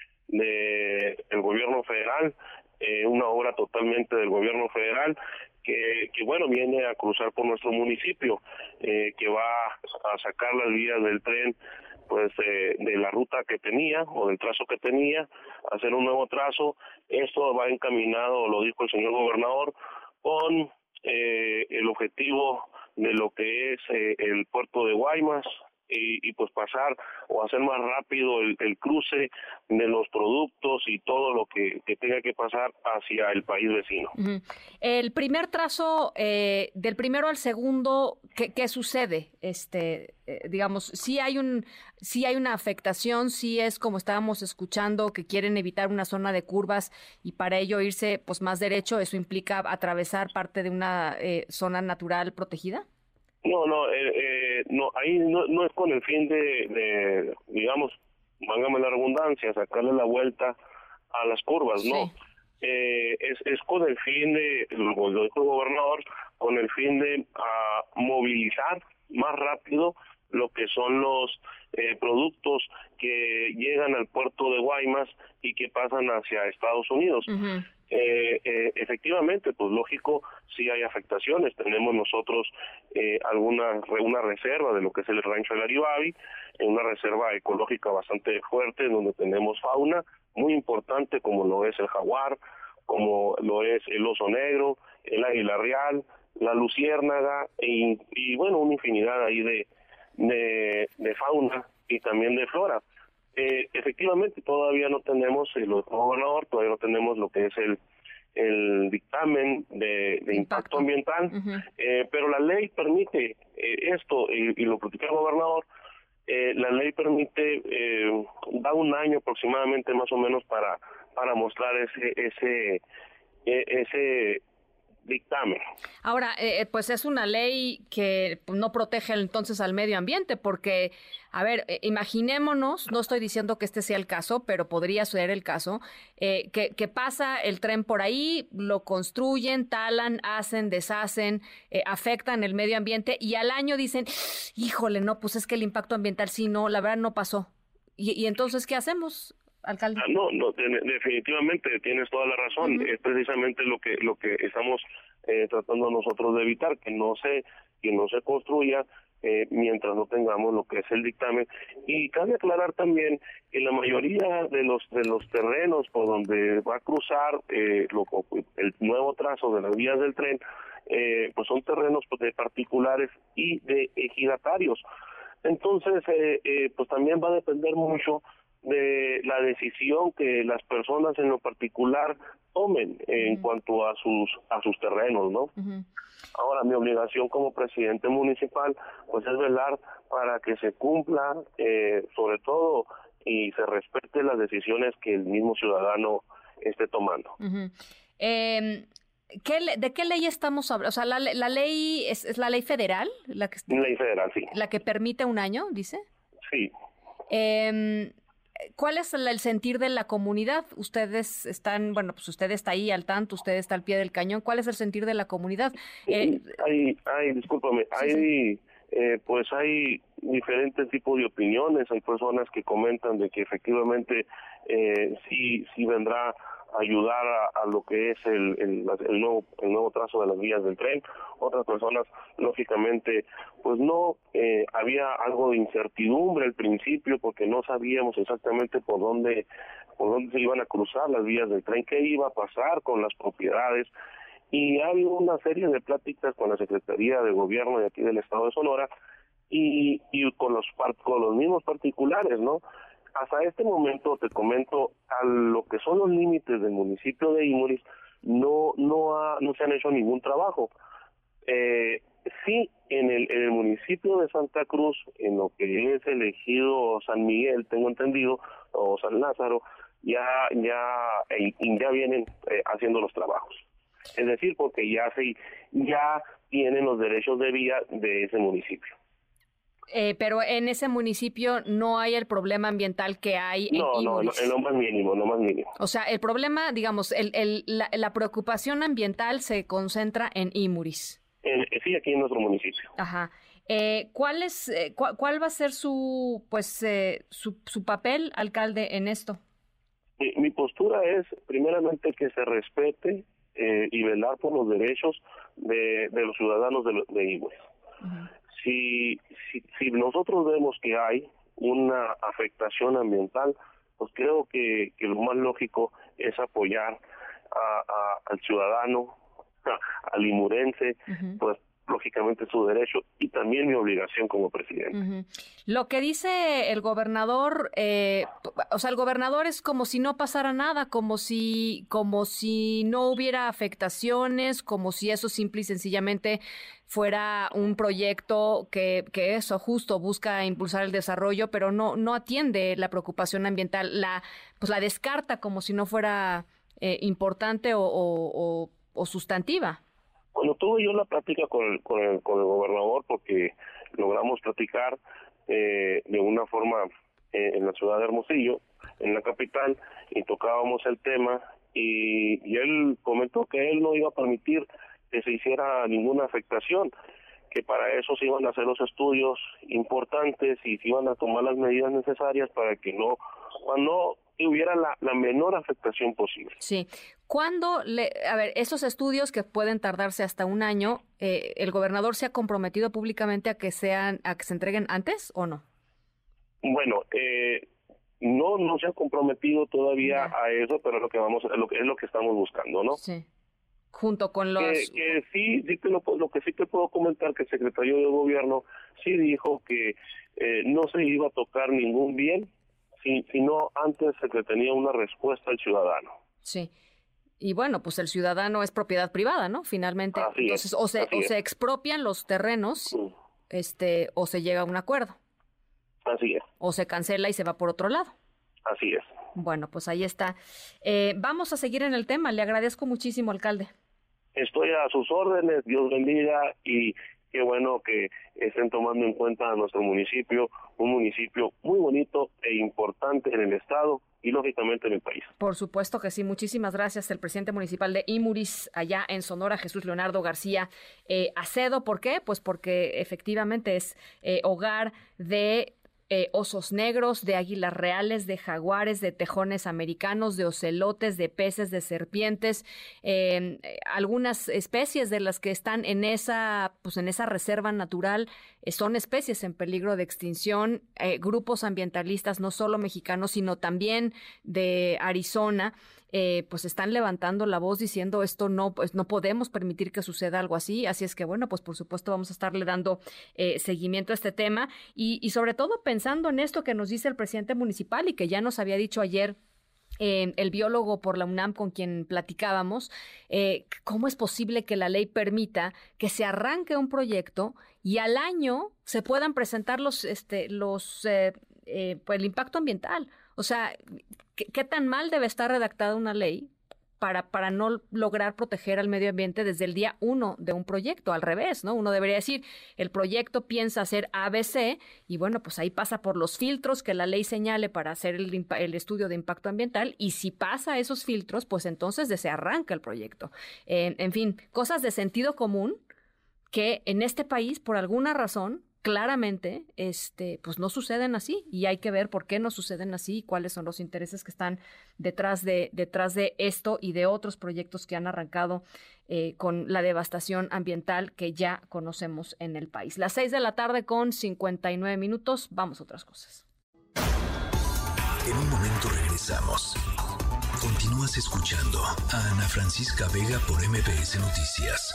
de el gobierno federal, eh, una obra totalmente del gobierno federal que, que bueno viene a cruzar por nuestro municipio, eh, que va a sacar las vías del tren pues eh, de la ruta que tenía o del trazo que tenía, hacer un nuevo trazo. Esto va encaminado, lo dijo el señor gobernador, con Eh, el objetivo de lo que es eh, el puerto de Guaymas y, y pues pasar o hacer más rápido el, el cruce de los productos y todo lo que, que tenga que pasar hacia el país vecino. Uh-huh. El primer trazo, eh, del primero al segundo, ¿qué, qué sucede? Este, eh, digamos, sí hay un, sí hay una afectación, sí es como estábamos escuchando que quieren evitar una zona de curvas y para ello irse pues más derecho. ¿Eso implica atravesar parte de una eh, zona natural protegida? No, no, eh, eh, no, ahí no, no es con el fin de, de, digamos, mángame la redundancia, sacarle la vuelta a las curvas, sí. no. Eh, es, es con el fin de, lo dijo el gobernador, con el fin de a, movilizar más rápido lo que son los eh, productos que llegan al puerto de Guaymas y que pasan hacia Estados Unidos. Uh-huh. Eh, eh, efectivamente, pues lógico, sí hay afectaciones. Tenemos nosotros eh, alguna una reserva de lo que es el rancho del Aribabi, una reserva ecológica bastante fuerte, donde tenemos fauna muy importante, como lo es el jaguar, como lo es el oso negro, el águila real, la luciérnaga, y, y bueno, una infinidad ahí de, de, de fauna y también de flora. Eh, efectivamente todavía no tenemos, eh, lo dijo el gobernador, todavía no tenemos lo que es el el dictamen de, de impacto ambiental, uh-huh. eh, pero la ley permite eh, esto, y, y lo platicó el gobernador, eh, la ley permite, eh, da un año aproximadamente más o menos para para mostrar ese ese eh, ese dictamen. Ahora, eh, pues es una ley que no protege entonces al medio ambiente, porque, a ver, eh, imaginémonos, no estoy diciendo que este sea el caso, pero podría ser el caso, eh, que, que pasa el tren por ahí, lo construyen, talan, hacen, deshacen, eh, afectan el medio ambiente y al año dicen, híjole, no, pues es que el impacto ambiental sí, no, la verdad no pasó. Y, y entonces, ¿qué hacemos? Alcalde. Ah, no, no, definitivamente tienes toda la razón. Uh-huh. Es precisamente lo que lo que estamos eh, tratando nosotros de evitar, que no se que no se construya eh, mientras no tengamos lo que es el dictamen. Y cabe aclarar también que la mayoría de los de los terrenos por donde va a cruzar eh, lo, el nuevo trazo de las vías del tren, eh, pues son terrenos pues, de particulares y de ejidatarios. Entonces, eh, eh, pues también va a depender mucho de la decisión que las personas en lo particular tomen en uh-huh. cuanto a sus a sus terrenos, ¿no? Uh-huh. Ahora, mi obligación como presidente municipal, pues es velar para que se cumpla, eh, sobre todo, y se respete las decisiones que el mismo ciudadano esté tomando. Uh-huh. Eh, ¿qué, ¿De qué ley estamos hablando? O sea, la, la ley es, es la ley federal, la que ley federal, sí, la que permite un año, dice. Sí. Eh, ¿Cuál es el, el sentir de la comunidad? Ustedes están, bueno, pues usted está ahí al tanto, usted está al pie del cañón. ¿Cuál es el sentir de la comunidad? Eh, hay, hay, discúlpame, sí, hay, sí. Eh, pues hay diferentes tipos de opiniones. Hay personas que comentan de que efectivamente eh, sí, sí vendrá a ayudar a, a lo que es el, el, el nuevo, el nuevo trazo de las vías del tren. Otras personas, lógicamente, pues no, eh, había algo de incertidumbre al principio porque no sabíamos exactamente por dónde, por dónde se iban a cruzar las vías del tren, qué iba a pasar con las propiedades. Y ha habido una serie de pláticas con la Secretaría de Gobierno de aquí del Estado de Sonora y, y con los con los mismos particulares, ¿no? Hasta este momento, te comento, a lo que son los límites del municipio de Imuris, no no ha, no se han hecho ningún trabajo. Eh, sí, en el, en el municipio de Santa Cruz, en lo que es el ejido San Miguel, tengo entendido, o San Lázaro, ya ya eh, ya vienen eh, haciendo los trabajos. Es decir, porque ya se ya tienen los derechos de vía de ese municipio. Eh, pero en ese municipio no hay el problema ambiental que hay en No, no, no, en lo más mínimo, no más mínimo. O sea, el problema, digamos, el, el, la, la preocupación ambiental se concentra en Imuris. En, sí, aquí en nuestro municipio. Ajá. Eh, ¿cuál es, eh, cu- cuál va a ser su, pues, eh, su, su papel, alcalde, en esto? Mi, mi postura es, primeramente, que se respete eh, y velar por los derechos de, de los ciudadanos de, de Imuris. Uh-huh. Si, si, si nosotros vemos que hay una afectación ambiental, pues creo que, que lo más lógico es apoyar a, a, al ciudadano, a, al imurense, uh-huh. pues lógicamente su derecho y también mi obligación como presidente. Uh-huh. Lo que dice el gobernador, eh, o sea, el gobernador es como si no pasara nada, como si, como si no hubiera afectaciones, como si eso simple y sencillamente fuera un proyecto que, que eso justo busca impulsar el desarrollo, pero no, no atiende la preocupación ambiental, la, pues la descarta como si no fuera eh, importante o, o, o, o sustantiva. Cuando tuve yo la plática con el, con el, con el gobernador, porque logramos platicar eh, de una forma eh, en la ciudad de Hermosillo, en la capital, y tocábamos el tema, y, y él comentó que él no iba a permitir que se hiciera ninguna afectación, que para eso se iban a hacer los estudios importantes y se iban a tomar las medidas necesarias para que no, cuando hubiera la, la menor afectación posible. Sí. ¿Cuándo, le, a ver, esos estudios que pueden tardarse hasta un año, eh, el gobernador se ha comprometido públicamente a que sean, a que se entreguen antes o no? Bueno, eh, no, no se ha comprometido todavía yeah. a eso, pero es lo que vamos, lo que es lo que estamos buscando, ¿no? Sí. Junto con los... Que, que sí, sí que lo, lo que sí te puedo comentar que el secretario de Gobierno sí dijo que eh, no se iba a tocar ningún bien, si, sino antes se que tenía una respuesta al ciudadano. Sí. Y bueno, pues el ciudadano es propiedad privada, ¿no? Finalmente. Así Entonces, es, o se, o es. se expropian los terrenos, mm. este, o se llega a un acuerdo. Así es. O se cancela y se va por otro lado. Así es. Bueno, pues ahí está. Eh, vamos a seguir en el tema. Le agradezco muchísimo, alcalde. Estoy a sus órdenes. Dios bendiga y qué bueno que estén tomando en cuenta a nuestro municipio, un municipio muy bonito e importante en el estado y lógicamente en el país. Por supuesto que sí. Muchísimas gracias, el presidente municipal de Imuris, allá en Sonora, Jesús Leonardo García eh, Acedo. ¿Por qué? Pues porque efectivamente es eh, hogar de Eh, osos negros, de águilas reales, de jaguares, de tejones americanos, de ocelotes, de peces, de serpientes, eh, algunas especies de las que están en esa, pues en esa reserva natural eh, son especies en peligro de extinción. Eh, grupos ambientalistas, no solo mexicanos, sino también de Arizona, eh, pues están levantando la voz diciendo esto no, pues no podemos permitir que suceda algo así. Así es que bueno, pues por supuesto vamos a estarle dando eh, seguimiento a este tema y, y sobre todo pensando en esto que nos dice el presidente municipal y que ya nos había dicho ayer Eh, el biólogo por la UNAM con quien platicábamos, eh, ¿cómo es posible que la ley permita que se arranque un proyecto y al año se puedan presentar los, este, los, eh, eh, pues el impacto ambiental? O sea, ¿qué, qué tan mal debe estar redactada una ley para, para no lograr proteger al medio ambiente desde el día uno de un proyecto? Al revés, ¿no? Uno debería decir, el proyecto piensa hacer A B C y bueno, pues ahí pasa por los filtros que la ley señale para hacer el, el estudio de impacto ambiental y si pasa esos filtros, pues entonces se arranca el proyecto. Eh, en fin, cosas de sentido común que en este país, por alguna razón, claramente, este, pues no suceden así y hay que ver por qué no suceden así y cuáles son los intereses que están detrás de, detrás de esto y de otros proyectos que han arrancado eh, con la devastación ambiental que ya conocemos en el país. Las seis de la tarde con cincuenta y nueve minutos. Vamos a otras cosas. En un momento regresamos. Continúas escuchando a Ana Francisca Vega por M B S Noticias.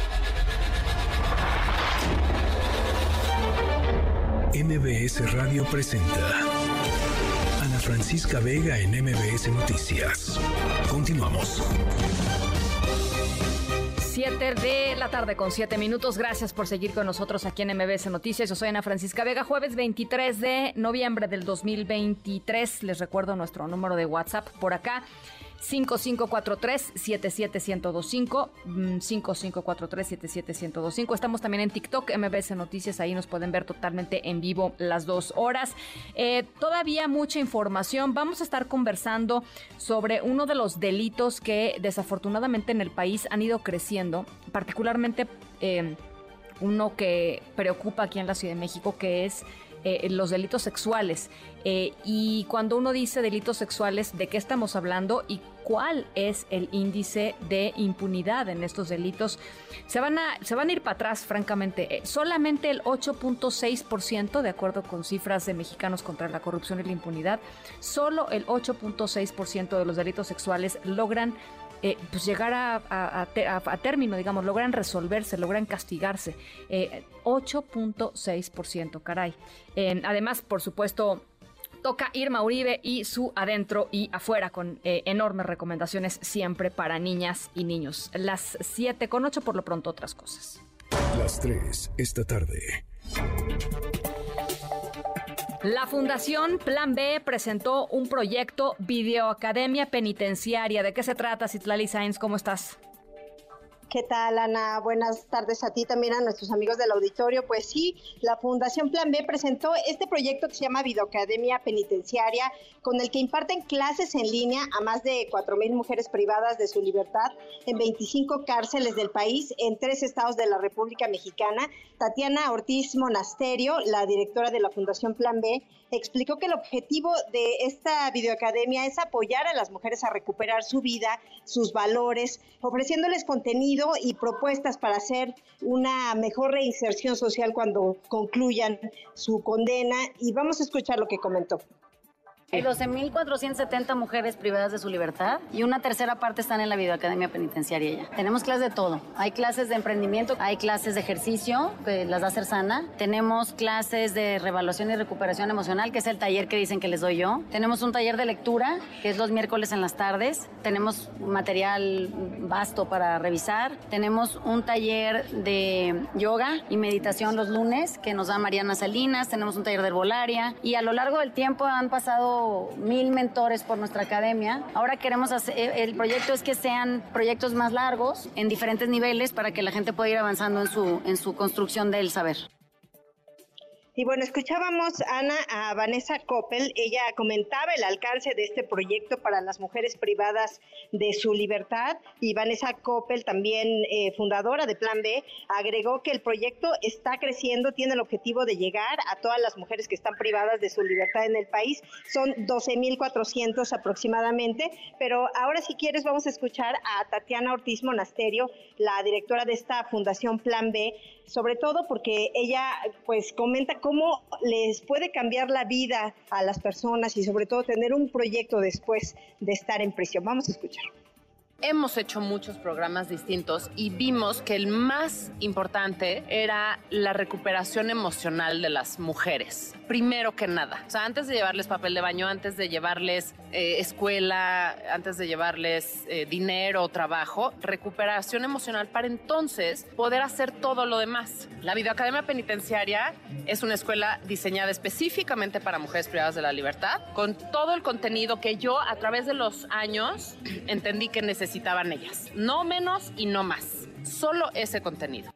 M B S Radio presenta Ana Francisca Vega en M B S Noticias. Continuamos. siete de la tarde con siete minutos. Gracias por seguir con nosotros aquí en M B S Noticias. Yo soy Ana Francisca Vega. Jueves veintitrés de noviembre del dos mil veintitrés. Les recuerdo nuestro número de WhatsApp por acá. cinco cinco cuatro tres, siete siete uno cero dos cinco, cinco cinco cuatro tres, siete siete uno cero dos cinco. Estamos también en TikTok, M B S Noticias, ahí nos pueden ver totalmente en vivo las dos horas. Eh, todavía mucha información. Vamos a estar conversando sobre uno de los delitos que desafortunadamente en el país han ido creciendo, particularmente eh, uno que preocupa aquí en la Ciudad de México, que es Eh, los delitos sexuales. Eh, y cuando uno dice delitos sexuales, ¿de qué estamos hablando y cuál es el índice de impunidad en estos delitos? Se van a, se van a ir para atrás, francamente. Eh, solamente el ocho punto seis por ciento, de acuerdo con cifras de Mexicanos contra la Corrupción y la Impunidad, solo el ocho punto seis por ciento de los delitos sexuales logran Eh, pues llegar a, a, a, a término, digamos, logran resolverse, logran castigarse. Eh, ocho punto seis por ciento, caray. Eh, además, por supuesto, toca Irma Uribe y su adentro y afuera con eh, enormes recomendaciones siempre para niñas y niños. Las siete con ocho, por lo pronto otras cosas. Las tres esta tarde. La Fundación Plan B presentó un proyecto Videoacademia Penitenciaria. ¿De qué se trata, Citlali Sáenz? ¿Cómo estás? ¿Qué tal, Ana? Buenas tardes a ti, también a nuestros amigos del auditorio. Pues sí, la Fundación Plan B presentó este proyecto que se llama Videoacademia Penitenciaria, con el que imparten clases en línea a más de cuatro mil mujeres privadas de su libertad en veinticinco cárceles del país, en tres estados de la República Mexicana. Tatiana Ortiz Monasterio, la directora de la Fundación Plan B, explicó que el objetivo de esta videoacademia es apoyar a las mujeres a recuperar su vida, sus valores, ofreciéndoles contenido y propuestas para hacer una mejor reinserción social cuando concluyan su condena. Y vamos a escuchar lo que comentó. Hay doce mil cuatrocientas setenta mujeres privadas de su libertad y una tercera parte están en la videoacademia penitenciaria ya. Tenemos clases de todo. Hay clases de emprendimiento, hay clases de ejercicio, que las da Cersana. Tenemos clases de reevaluación y recuperación emocional, que es el taller que dicen que les doy yo. Tenemos un taller de lectura, que es los miércoles en las tardes. Tenemos material vasto para revisar. Tenemos un taller de yoga y meditación los lunes, que nos da Mariana Salinas. Tenemos un taller de herbolaria. Y a lo largo del tiempo han pasado mil mentores por nuestra academia. Ahora queremos hacer, el proyecto es que sean proyectos más largos, en diferentes niveles, para que la gente pueda ir avanzando en su, en su construcción del saber. Y bueno, escuchábamos, Ana, a Vanessa Coppel. Ella comentaba el alcance de este proyecto para las mujeres privadas de su libertad. Y Vanessa Coppel, también eh, fundadora de Plan B, agregó que el proyecto está creciendo, tiene el objetivo de llegar a todas las mujeres que están privadas de su libertad en el país. Son doce mil cuatrocientos aproximadamente. Pero ahora, si quieres, vamos a escuchar a Tatiana Ortiz Monasterio, la directora de esta Fundación Plan B, sobre todo porque ella pues comenta cómo les puede cambiar la vida a las personas y sobre todo tener un proyecto después de estar en prisión. Vamos a escuchar. Hemos hecho muchos programas distintos y vimos que el más importante era la recuperación emocional de las mujeres. Primero que nada, o sea, antes de llevarles papel de baño, antes de llevarles eh, escuela, antes de llevarles eh, dinero, trabajo, recuperación emocional para entonces poder hacer todo lo demás. La Videoacademia Penitenciaria es una escuela diseñada específicamente para mujeres privadas de la libertad, con todo el contenido que yo a través de los años entendí que necesitaba necesitaban ellas, no menos y no más, solo ese contenido.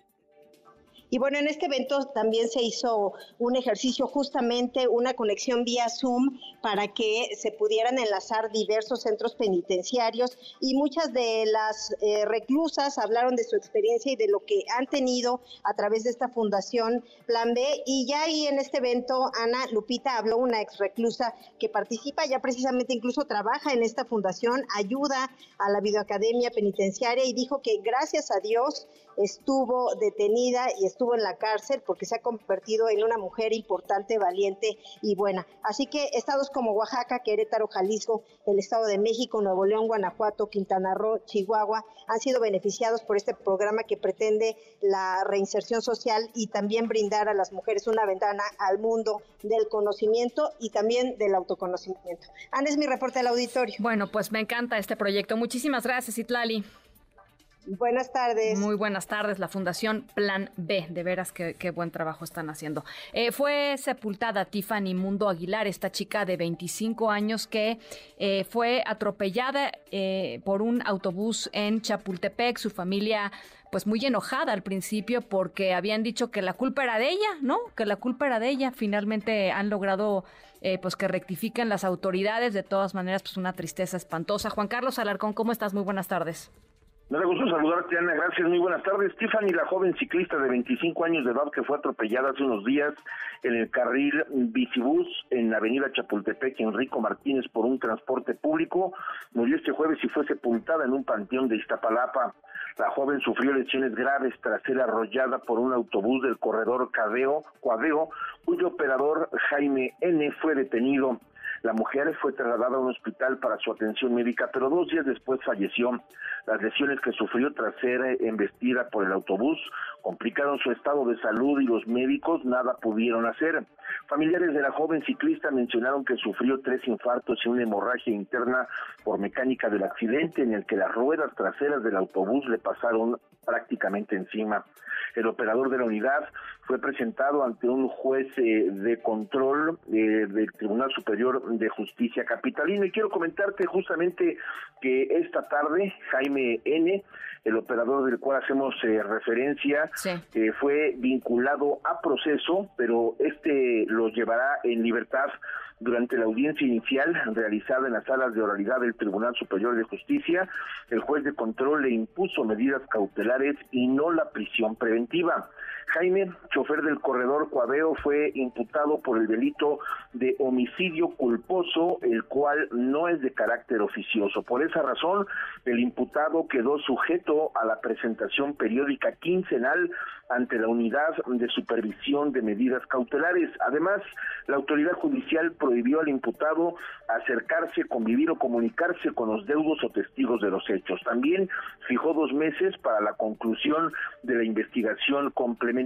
Y bueno, en este evento también se hizo un ejercicio, justamente una conexión vía Zoom para que se pudieran enlazar diversos centros penitenciarios y muchas de las eh, reclusas hablaron de su experiencia y de lo que han tenido a través de esta fundación Plan B. Y ya ahí en este evento, Ana, Lupita habló, una ex reclusa que participa, ya precisamente incluso trabaja en esta fundación, ayuda a la Videoacademia Penitenciaria y dijo que gracias a Dios estuvo detenida y estuvo en la cárcel porque se ha convertido en una mujer importante, valiente y buena. Así que estados como Oaxaca, Querétaro, Jalisco, el Estado de México, Nuevo León, Guanajuato, Quintana Roo, Chihuahua han sido beneficiados por este programa que pretende la reinserción social y también brindar a las mujeres una ventana al mundo del conocimiento y también del autoconocimiento. Ana, es mi reporte al auditorio. Bueno, pues me encanta este proyecto. Muchísimas gracias, Itlali. Buenas tardes. Muy buenas tardes, la Fundación Plan B, de veras que qué buen trabajo están haciendo. Eh, fue sepultada Tiffany Mundo Aguilar, esta chica de veinticinco años que eh, fue atropellada eh, por un autobús en Chapultepec. Su familia pues muy enojada al principio porque habían dicho que la culpa era de ella, ¿no? Que la culpa era de ella. Finalmente han logrado eh, pues que rectifiquen las autoridades. De todas maneras, pues una tristeza espantosa. Juan Carlos Alarcón, ¿cómo estás? Muy buenas tardes. Me da gusto saludarte, Ana, gracias, muy buenas tardes. Tiffany, la joven ciclista de veinticinco años de edad que fue atropellada hace unos días en el carril bicibús en la avenida Chapultepec, Enrico Martínez, por un transporte público, murió este jueves y fue sepultada en un panteón de Iztapalapa. La joven sufrió lesiones graves tras ser arrollada por un autobús del corredor Cadeo, Cuadeo, cuyo operador Jaime N. fue detenido. La mujer fue trasladada a un hospital para su atención médica, pero dos días después falleció. Las lesiones que sufrió tras ser embestida por el autobús complicaron su estado de salud y los médicos nada pudieron hacer. Familiares de la joven ciclista mencionaron que sufrió tres infartos y una hemorragia interna por mecánica del accidente en el que las ruedas traseras del autobús le pasaron prácticamente encima. El operador de la unidad fue presentado ante un juez eh, de control eh, del Tribunal Superior de Justicia Capitalino. Y quiero comentarte justamente que esta tarde Jaime N., el operador del cual hacemos eh, referencia, sí. eh, fue vinculado a proceso, pero este lo llevará en libertad durante la audiencia inicial realizada en las salas de oralidad del Tribunal Superior de Justicia. El juez de control le impuso medidas cautelares y no la prisión preventiva. Jaime, chofer del corredor Cuadeo, fue imputado por el delito de homicidio culposo, el cual no es de carácter oficioso. Por esa razón, el imputado quedó sujeto a la presentación periódica quincenal ante la Unidad de Supervisión de Medidas Cautelares. Además, la autoridad judicial prohibió al imputado acercarse, convivir o comunicarse con los deudos o testigos de los hechos. También fijó dos meses para la conclusión de la investigación complementaria.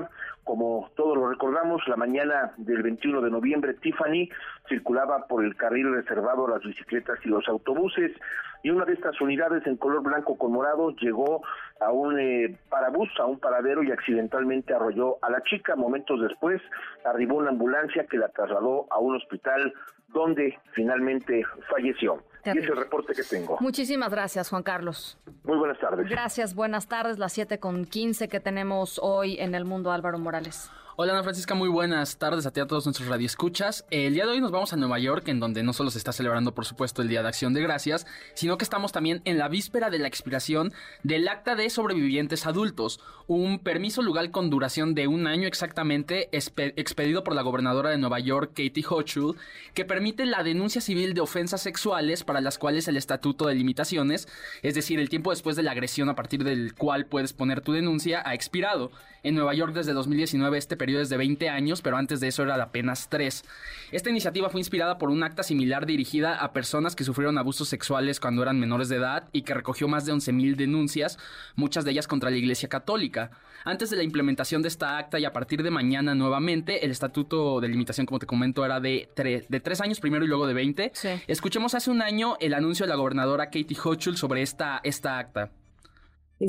Como todos lo recordamos, la mañana del veintiuno de noviembre, Tiffany circulaba por el carril reservado a las bicicletas y los autobuses, y una de estas unidades en color blanco con morado llegó a un eh, parabús, a un paradero, y accidentalmente arrolló a la chica. Momentos después arribó una ambulancia que la trasladó a un hospital donde finalmente falleció. Y es el reporte que tengo. Muchísimas gracias, Juan Carlos. Muy buenas tardes. Gracias, buenas tardes. Las siete con quince que tenemos hoy en El Mundo. Álvaro Morales. Hola, Ana Francisca, muy buenas tardes a ti, a todos nuestros radioescuchas. El día de hoy nos vamos a Nueva York, en donde no solo se está celebrando, por supuesto, el Día de Acción de Gracias, sino que estamos también en la víspera de la expiración del Acta de Sobrevivientes Adultos, un permiso legal con duración de un año exactamente, expedido por la gobernadora de Nueva York, Katie Hochul, que permite la denuncia civil de ofensas sexuales para las cuales el Estatuto de Limitaciones, es decir, el tiempo después de la agresión a partir del cual puedes poner tu denuncia, ha expirado. En Nueva York, desde dos mil diecinueve, este permiso inferiores de veinte años, pero antes de eso era de apenas tres. Esta iniciativa fue inspirada por un acta similar dirigida a personas que sufrieron abusos sexuales cuando eran menores de edad y que recogió más de once mil denuncias, muchas de ellas contra la Iglesia Católica. Antes de la implementación de esta acta y a partir de mañana nuevamente, el estatuto de limitación, como te comento, era de, tre- de tres años primero y luego de veinte. Sí. Escuchemos hace un año el anuncio de la gobernadora Katie Hochul sobre esta, esta acta. El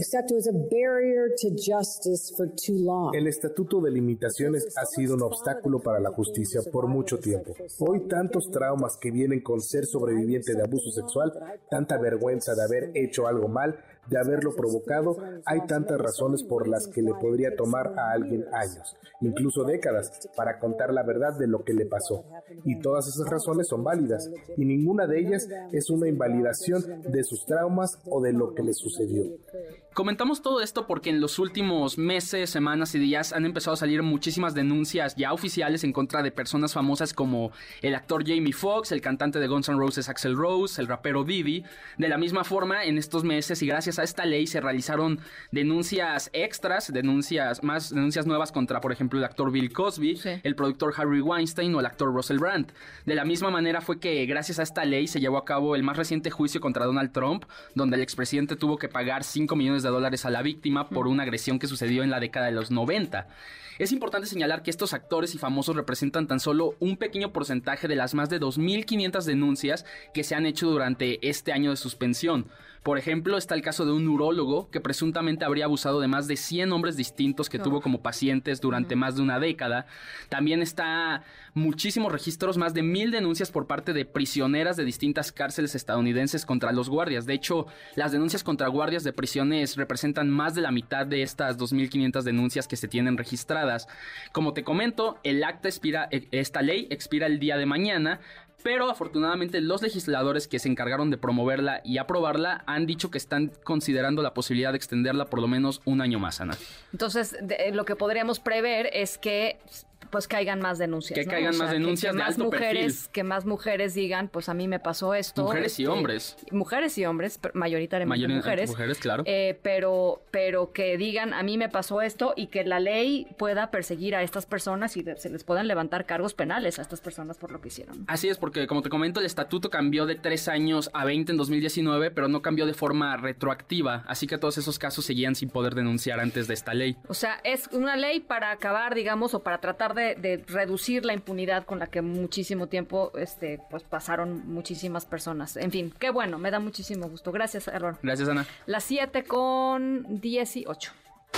estatuto de limitaciones ha sido un obstáculo para la justicia por mucho tiempo. Hoy tantos traumas que vienen con ser sobreviviente de abuso sexual, tanta vergüenza de haber hecho algo mal, de haberlo provocado, hay tantas razones por las que le podría tomar a alguien años, incluso décadas, para contar la verdad de lo que le pasó. Y todas esas razones son válidas, y ninguna de ellas es una invalidación de sus traumas o de lo que le sucedió. Comentamos todo esto porque en los últimos meses, semanas y días han empezado a salir muchísimas denuncias ya oficiales en contra de personas famosas como el actor Jamie Foxx, el cantante de Guns N' Roses Axl Rose, el rapero Diddy. De la misma forma, en estos meses y gracias a esta ley se realizaron denuncias extras, denuncias más denuncias nuevas contra, por ejemplo, el actor Bill Cosby, sí. el productor Harvey Weinstein o el actor Russell Brand. De la misma manera fue que gracias a esta ley se llevó a cabo el más reciente juicio contra Donald Trump, donde el expresidente tuvo que pagar cinco millones de dólares a la víctima por una agresión que sucedió en la década de los noventa. Es importante señalar que estos actores y famosos representan tan solo un pequeño porcentaje de las más de dos mil quinientas denuncias que se han hecho durante este año de suspensión. Por ejemplo, está el caso de un urólogo que presuntamente habría abusado de más de cien hombres distintos que oh. tuvo como pacientes durante uh-huh. más de una década. También está muchísimos registros, más de mil denuncias por parte de prisioneras de distintas cárceles estadounidenses contra los guardias. De hecho, las denuncias contra guardias de prisiones representan más de la mitad de estas dos mil quinientas denuncias que se tienen registradas. Como te comento, el acta expira, esta ley expira el día de mañana, pero afortunadamente los legisladores que se encargaron de promoverla y aprobarla han dicho que están considerando la posibilidad de extenderla por lo menos un año más, Ana. Entonces, de, lo que podríamos prever es que pues caigan más denuncias. Que ¿no? caigan o sea, más denuncias que, que de más alto mujeres, perfil. Que más mujeres digan, pues a mí me pasó esto. Mujeres este, y hombres. Mujeres y hombres, mayoritariamente Mayor, mujeres. Mujeres, claro. Eh, pero, pero que digan, a mí me pasó esto y que la ley pueda perseguir a estas personas y de, se les puedan levantar cargos penales a estas personas por lo que hicieron. Así es, porque como te comento, el estatuto cambió de tres años a veinte en dos mil diecinueve, pero no cambió de forma retroactiva. Así que todos esos casos seguían sin poder denunciar antes de esta ley. O sea, es una ley para acabar, digamos, o para tratar de, de reducir la impunidad con la que muchísimo tiempo este, pues pasaron muchísimas personas. En fin, qué bueno, me da muchísimo gusto. Gracias, Error. Gracias, Ana. Las siete con dieciocho.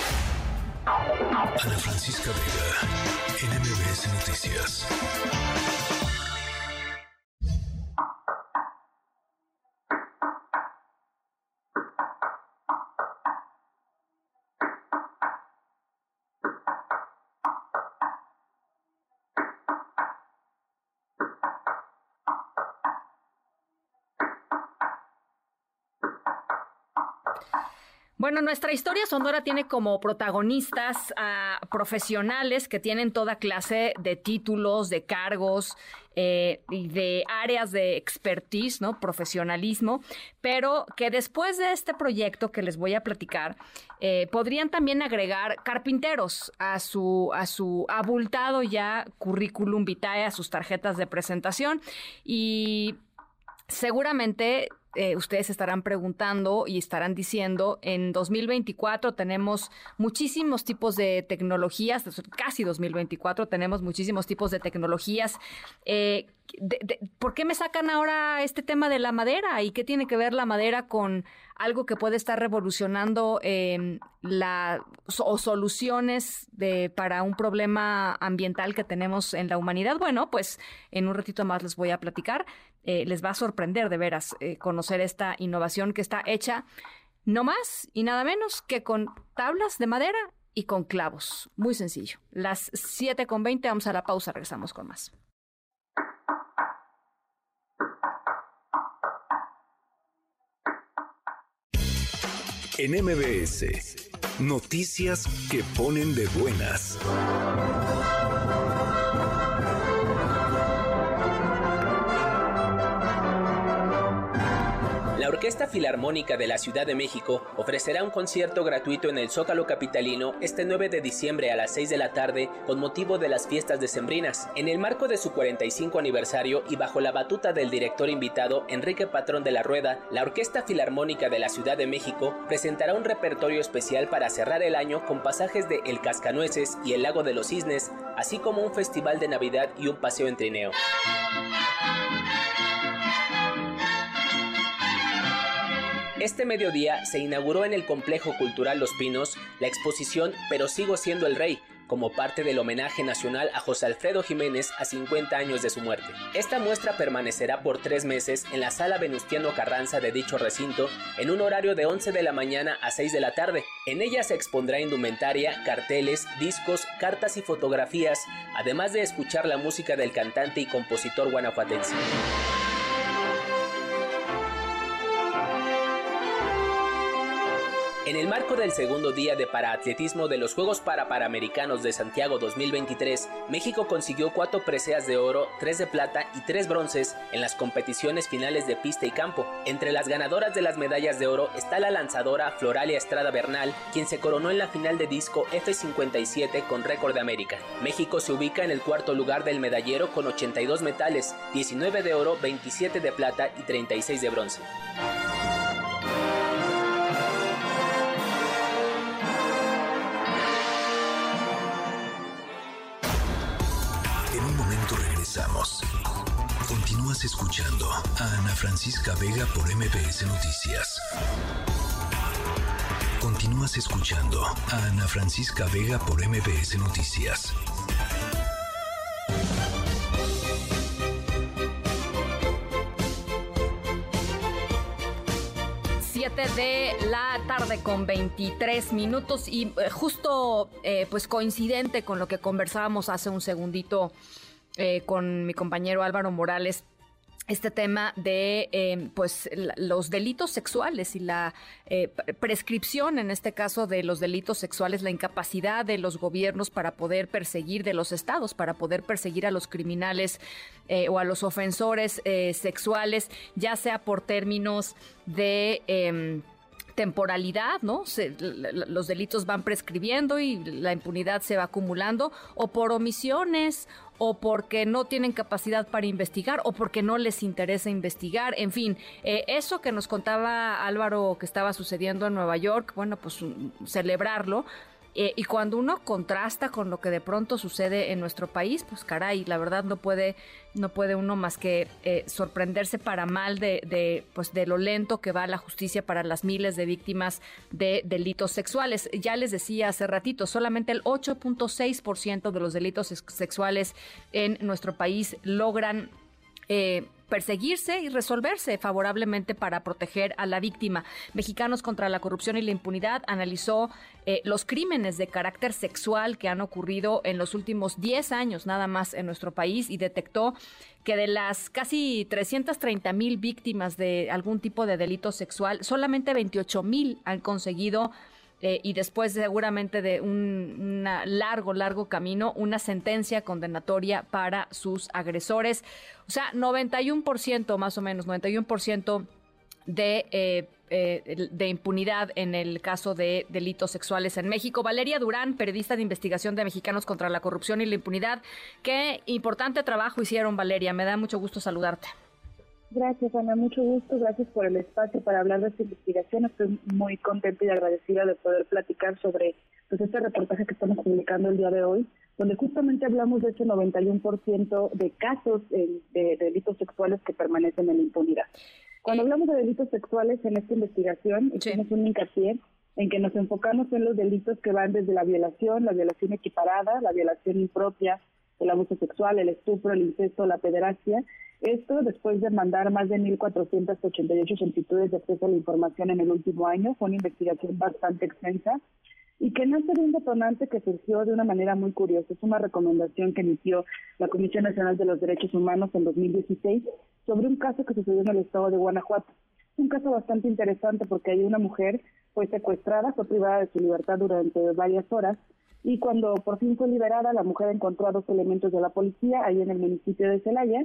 Ana Francisca Vega, en M B S Noticias. Bueno, nuestra historia sonora tiene como protagonistas a profesionales que tienen toda clase de títulos, de cargos eh, y de áreas de expertise, ¿no? Profesionalismo, pero que después de este proyecto que les voy a platicar, eh, podrían también agregar carpinteros a su, a su abultado ya currículum vitae, a sus tarjetas de presentación y seguramente Eh, ustedes estarán preguntando y estarán diciendo, en dos mil veinticuatro tenemos muchísimos tipos de tecnologías, casi dos mil veinticuatro tenemos muchísimos tipos de tecnologías. Eh, de, de, ¿Por qué me sacan ahora este tema de la madera? ¿Y qué tiene que ver la madera con algo que puede estar revolucionando eh, la, o soluciones de, para un problema ambiental que tenemos en la humanidad? Bueno, pues en un ratito más les voy a platicar. Eh, les va a sorprender de veras eh, conocer esta innovación que está hecha no más y nada menos que con tablas de madera y con clavos. Muy sencillo. Las siete con veinte, vamos a la pausa, regresamos con más. En M B S, noticias que ponen de buenas. La Orquesta Filarmónica de la Ciudad de México ofrecerá un concierto gratuito en el Zócalo capitalino este nueve de diciembre a las seis de la tarde con motivo de las fiestas decembrinas. En el marco de su cuarenta y cinco aniversario y bajo la batuta del director invitado Enrique Patrón de la Rueda, la Orquesta Filarmónica de la Ciudad de México presentará un repertorio especial para cerrar el año con pasajes de El Cascanueces y El Lago de los Cisnes, así como un festival de Navidad y un paseo en trineo. Este mediodía se inauguró en el Complejo Cultural Los Pinos la exposición Pero sigo siendo el rey, como parte del homenaje nacional a José Alfredo Jiménez a cincuenta años de su muerte. Esta muestra permanecerá por tres meses en la Sala Venustiano Carranza de dicho recinto en un horario de once de la mañana a seis de la tarde. En ella se expondrá indumentaria, carteles, discos, cartas y fotografías, además de escuchar la música del cantante y compositor guanajuatense. En el marco del segundo día de paraatletismo de los Juegos Parapanamericanos de Santiago dos mil veintitrés, México consiguió cuatro preseas de oro, tres de plata y tres bronces en las competiciones finales de pista y campo. Entre las ganadoras de las medallas de oro está la lanzadora Floralia Estrada Bernal, quien se coronó en la final de disco F cincuenta y siete con récord de América. México se ubica en el cuarto lugar del medallero con ochenta y dos metales, diecinueve de oro, veintisiete de plata y treinta y seis de bronce. Regresamos. Continúas escuchando a Ana Francisca Vega por M B S Noticias. Continúas escuchando a Ana Francisca Vega por M B S Noticias. siete de la tarde con veintitrés minutos y eh, justo eh, pues coincidente con lo que conversábamos hace un segundito eh, con mi compañero Álvaro Morales, este tema de eh, pues la, los delitos sexuales y la eh, prescripción, en este caso de los delitos sexuales, la incapacidad de los gobiernos para poder perseguir, de los estados, para poder perseguir a los criminales eh, o a los ofensores eh, sexuales, ya sea por términos de Eh, temporalidad, ¿no? Se, los delitos van prescribiendo y la impunidad se va acumulando, o por omisiones, o porque no tienen capacidad para investigar, o porque no les interesa investigar, en fin, eh, eso que nos contaba Álvaro que estaba sucediendo en Nueva York, bueno, pues um, celebrarlo. Eh, y cuando uno contrasta con lo que de pronto sucede en nuestro país, pues caray, la verdad no puede, no puede uno más que eh, sorprenderse para mal de, de, pues de lo lento que va la justicia para las miles de víctimas de delitos sexuales. Ya les decía hace ratito, solamente el ocho punto seis por ciento de los delitos sexuales en nuestro país logran eh, perseguirse y resolverse favorablemente para proteger a la víctima. Mexicanos contra la Corrupción y la Impunidad analizó eh, los crímenes de carácter sexual que han ocurrido en los últimos diez años nada más en nuestro país y detectó que de las casi trescientas treinta mil víctimas de algún tipo de delito sexual, solamente veintiocho mil han conseguido Eh, y después seguramente de un una largo, largo camino, una sentencia condenatoria para sus agresores. O sea, noventa y uno por ciento más o menos, noventa y uno por ciento de, eh, eh, de impunidad en el caso de delitos sexuales en México. Valeria Durán, periodista de investigación de Mexicanos contra la Corrupción y la Impunidad. Qué importante trabajo hicieron, Valeria. Me da mucho gusto saludarte. Gracias, Ana, mucho gusto, gracias por el espacio para hablar de esta investigación. Estoy muy contenta y agradecida de poder platicar sobre pues, este reportaje que estamos publicando el día de hoy, donde justamente hablamos de ese noventa y uno por ciento de casos eh, de, de delitos sexuales que permanecen en la impunidad. Cuando hablamos de delitos sexuales en esta investigación, hicimos un hincapié en que nos enfocamos en los delitos que van desde la violación, la violación equiparada, la violación impropia, el abuso sexual, el estupro, el incesto, la pederastia. Esto después de mandar más de mil cuatrocientas ochenta y ocho solicitudes de acceso a la información en el último año. Fue una investigación bastante extensa y que nace de un detonante que surgió de una manera muy curiosa. Es una recomendación que emitió la Comisión Nacional de los Derechos Humanos en dos mil dieciséis sobre un caso que sucedió en el estado de Guanajuato. Un caso bastante interesante porque ahí una mujer fue secuestrada, fue privada de su libertad durante varias horas y cuando por fin fue liberada, la mujer encontró a dos elementos de la policía ahí en el municipio de Celaya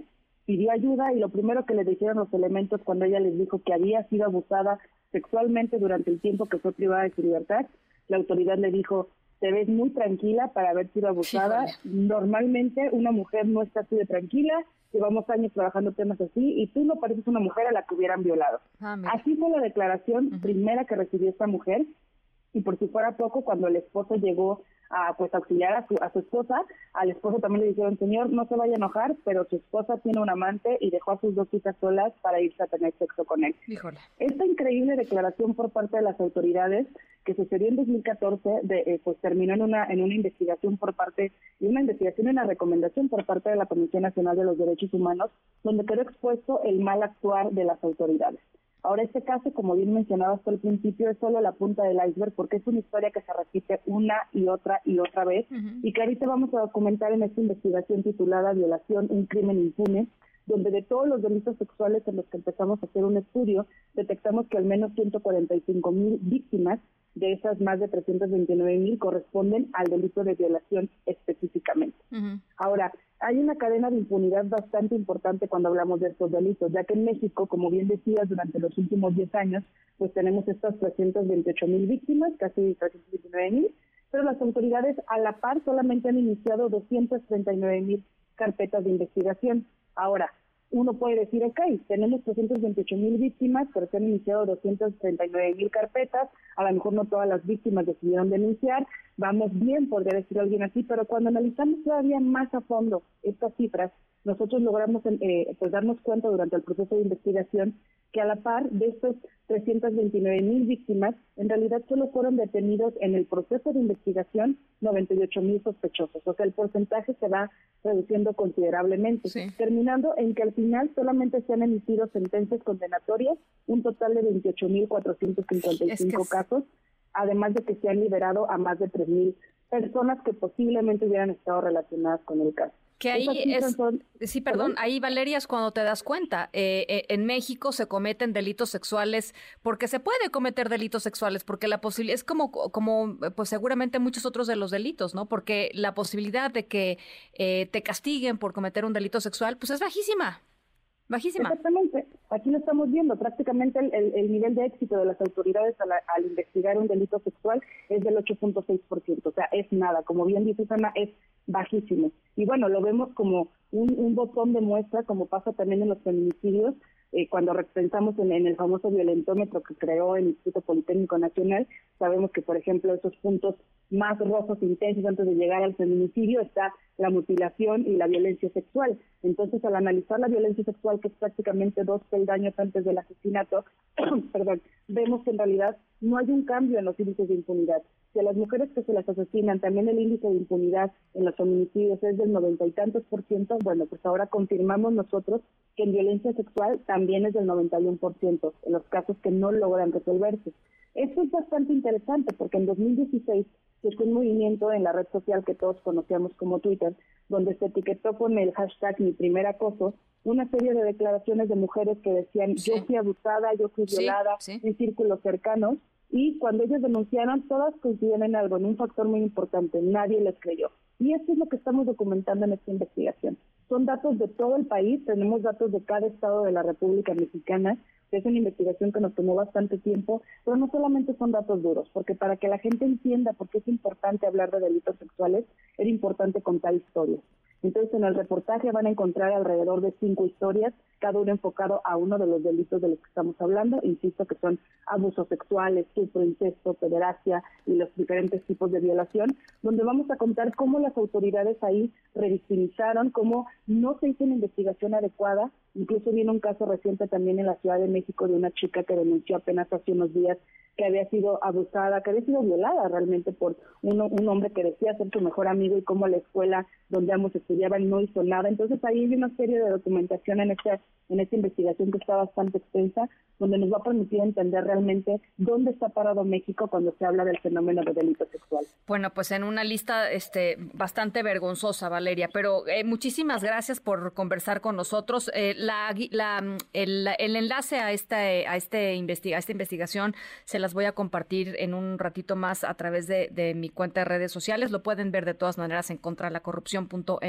pidió ayuda y lo primero que le dijeron los elementos cuando ella les dijo que había sido abusada sexualmente durante el tiempo que fue privada de su libertad, la autoridad le dijo, te ves muy tranquila para haber sido abusada. Sí, normalmente una mujer no está así de tranquila, llevamos años trabajando temas así y tú no pareces una mujer a la que hubieran violado. Ah, así fue la declaración uh-huh. primera que recibió esta mujer, y por si fuera poco, cuando el esposo llegó a pues auxiliar a su, a su esposa, al esposo también le dijeron, señor, no se vaya a enojar, pero su esposa tiene un amante y dejó a sus dos hijas solas para irse a tener sexo con él. Híjole. Esta increíble declaración por parte de las autoridades, que sucedió en dos mil catorce, de, eh, pues terminó en una en una investigación por parte, y una investigación y una recomendación por parte de la Comisión Nacional de los Derechos Humanos, donde quedó expuesto el mal actuar de las autoridades. Ahora, este caso, como bien mencionaba hasta el principio, es solo la punta del iceberg porque es una historia que se repite una y otra y otra vez uh-huh. y que ahorita vamos a documentar en esta investigación titulada Violación, un crimen impune, donde de todos los delitos sexuales en los que empezamos a hacer un estudio, detectamos que al menos ciento cuarenta y cinco mil víctimas de esas más de trescientos veintinueve mil corresponden al delito de violación específicamente. Uh-huh. Ahora, hay una cadena de impunidad bastante importante cuando hablamos de estos delitos, ya que en México, como bien decías, durante los últimos diez años, pues tenemos estas trescientas veintiocho mil víctimas, casi trescientos veintinueve mil, pero las autoridades a la par solamente han iniciado doscientas treinta y nueve mil carpetas de investigación. Ahora, uno puede decir, ok, tenemos trescientas veintiocho mil víctimas, pero se han iniciado doscientas treinta y nueve mil carpetas, a lo mejor no todas las víctimas decidieron denunciar, vamos bien, podría decir alguien así, pero cuando analizamos todavía más a fondo estas cifras, nosotros logramos eh, pues darnos cuenta durante el proceso de investigación que a la par de estos trescientas veintinueve mil víctimas, en realidad solo fueron detenidos en el proceso de investigación noventa y ocho mil sospechosos, o sea, el porcentaje se va reduciendo considerablemente, sí. terminando en que al final solamente se han emitido sentencias condenatorias, un total de veintiocho mil cuatrocientos cincuenta y cinco es que casos, además de que se han liberado a más de tres mil personas que posiblemente hubieran estado relacionadas con el caso. Que ahí es, son, sí, perdón, ¿perdón? Ahí, Valeria, es cuando te das cuenta. Eh, eh, en México se cometen delitos sexuales porque se puede cometer delitos sexuales, porque la posibilidad es como, como, pues seguramente muchos otros de los delitos, ¿no? Porque la posibilidad de que eh, te castiguen por cometer un delito sexual, pues es bajísima. Bajísima. Exactamente. Aquí lo estamos viendo. Prácticamente el, el, el nivel de éxito de las autoridades al, al investigar un delito sexual es del ocho punto seis por ciento. O sea, es nada. Como bien dice Ana, es bajísimo. Y bueno, lo vemos como un, un botón de muestra, como pasa también en los feminicidios, eh, cuando pensamos en, en el famoso violentómetro que creó el Instituto Politécnico Nacional, sabemos que, por ejemplo, esos puntos más rojos intensos antes de llegar al feminicidio está la mutilación y la violencia sexual. Entonces, al analizar la violencia sexual, que es prácticamente dos peldaños antes del asesinato, perdón, vemos que en realidad no hay un cambio en los índices de impunidad. Si a las mujeres que se las asesinan, también el índice de impunidad en los feminicidios es del noventa y tantos por ciento, bueno, pues ahora confirmamos nosotros que en violencia sexual también es del noventa y uno por ciento, en los casos que no logran resolverse. Esto es bastante interesante porque en dos mil dieciséis surgió un movimiento en la red social que todos conocíamos como Twitter, donde se etiquetó con el hashtag Mi Primer Acoso una serie de declaraciones de mujeres que decían sí. yo fui abusada, yo fui sí, violada, sí. en círculos cercanos, y cuando ellos denunciaron, todas coincidían en algo, en un factor muy importante, nadie les creyó. Y esto es lo que estamos documentando en esta investigación. Son datos de todo el país, tenemos datos de cada estado de la República Mexicana. Es una investigación que nos tomó bastante tiempo, pero no solamente son datos duros, porque para que la gente entienda por qué es importante hablar de delitos sexuales, era importante contar historias. Entonces, en el reportaje van a encontrar alrededor de cinco historias, cada uno enfocado a uno de los delitos de los que estamos hablando, insisto que son abusos sexuales, estupro, incesto, pederastia y los diferentes tipos de violación, donde vamos a contar cómo las autoridades ahí revictimizaron, cómo no se hizo una investigación adecuada. Incluso viene un caso reciente también en la Ciudad de México de una chica que denunció apenas hace unos días que había sido abusada, que había sido violada realmente por un, un hombre que decía ser su mejor amigo y cómo la escuela donde ambos estudiaban no hizo nada. Entonces ahí hay una serie de documentación en esta, en esta investigación que está bastante extensa, donde nos va a permitir entender realmente dónde está parado México cuando se habla del fenómeno de delito sexual. Bueno, pues en una lista este bastante vergonzosa, Valeria, pero eh, muchísimas gracias por conversar con nosotros. Eh, la, la, el, el enlace a esta, a, este investiga, a esta investigación se las voy a compartir en un ratito más a través de, de mi cuenta de redes sociales. Lo pueden ver de todas maneras en contralacorrupción punto m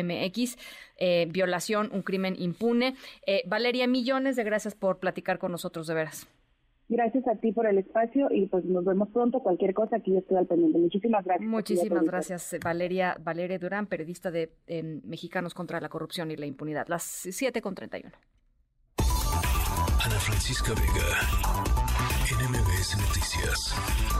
m x. Eh, violación, un crimen impune. Eh, Valeria, millones de gracias por platicar con nosotros, de veras. Gracias a ti por el espacio y pues nos vemos pronto. Cualquier cosa aquí yo estoy al pendiente. Muchísimas gracias. Muchísimas gracias, Valeria Valeria Durán, periodista de eh, Mexicanos contra la Corrupción y la Impunidad. Las siete con treinta y uno. Ana Francisca Vega, N M B S Noticias.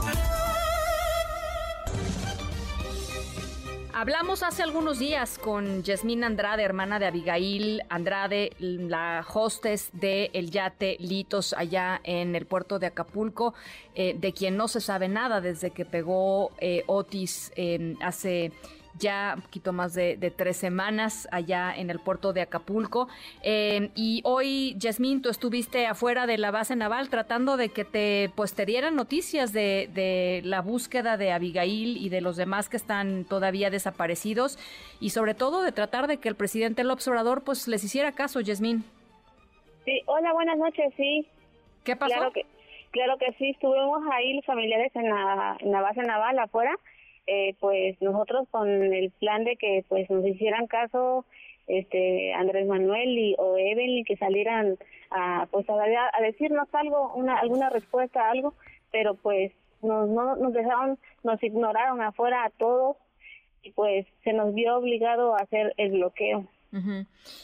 Hablamos hace algunos días con Yasmín Andrade, hermana de Abigail Andrade, la hostess de el yate Litos allá en el puerto de Acapulco, eh, de quien no se sabe nada desde que pegó eh, Otis eh, hace ya un poquito más de, de tres semanas allá en el puerto de Acapulco. Eh, y hoy, Yasmín, tú estuviste afuera de la base naval tratando de que te, pues, te dieran noticias de, de la búsqueda de Abigail y de los demás que están todavía desaparecidos, y sobre todo de tratar de que el presidente López Obrador pues les hiciera caso, Yasmín. Sí, hola, buenas noches, sí. ¿Qué pasó? Claro que, claro que sí, estuvimos ahí los familiares en la, en la base naval afuera. Eh, pues nosotros con el plan de que pues nos hicieran caso este Andrés Manuel y o Evelyn, que salieran a pues a, a decirnos algo, una alguna respuesta a algo, pero pues nos no nos dejaron, nos ignoraron afuera a todos y pues se nos vio obligado a hacer el bloqueo. Uh-huh.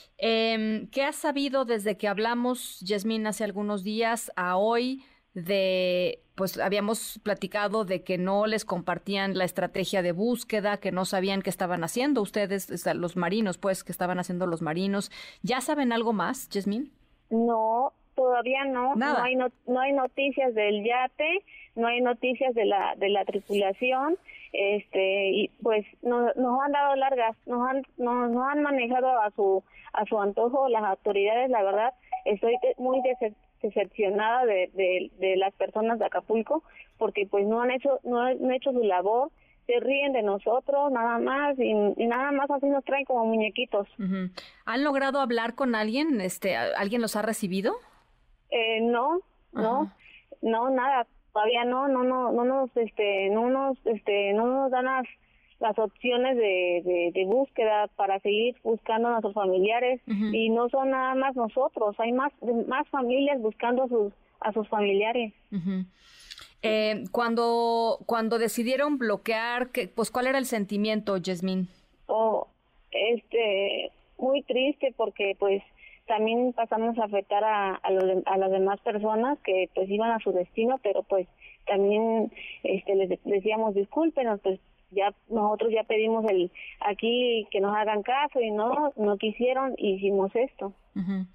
Eh, ¿qué has sabido desde que hablamos, Yasmín, hace algunos días a hoy? De, pues habíamos platicado de que no les compartían la estrategia de búsqueda, que no sabían qué estaban haciendo ustedes, o sea, los marinos, pues, que estaban haciendo los marinos. ¿Ya saben algo más, Yasmín? No, todavía no. Nada. No hay no, no hay noticias del yate, no hay noticias de la de la tripulación, este y pues nos, nos han dado largas, nos han nos, nos han manejado a su a su antojo las autoridades. La verdad, estoy muy decepcionada decepcionada de, de, de las personas de Acapulco, porque pues no han hecho no han hecho su labor, se ríen de nosotros nada más y, y nada más así nos traen como muñequitos. Uh-huh. ¿Han logrado hablar con alguien? Este, ¿alguien los ha recibido? Eh, no, no, uh-huh. no nada, todavía no, no, no, no nos, este, no nos, este, no nos dan las las opciones de, de, de búsqueda para seguir buscando a nuestros familiares. Uh-huh. Y no son nada más nosotros, hay más más familias buscando a sus a sus familiares. Uh-huh. Eh, cuando cuando decidieron bloquear, ¿qué, pues cuál era el sentimiento, Yasmín? Oh, este, muy triste, porque pues también pasamos a afectar a a, los, a las demás personas que pues iban a su destino, pero pues también este les decíamos discúlpenos, pues ya nosotros ya pedimos el aquí que nos hagan caso y no no quisieron, hicimos esto. Uh-huh.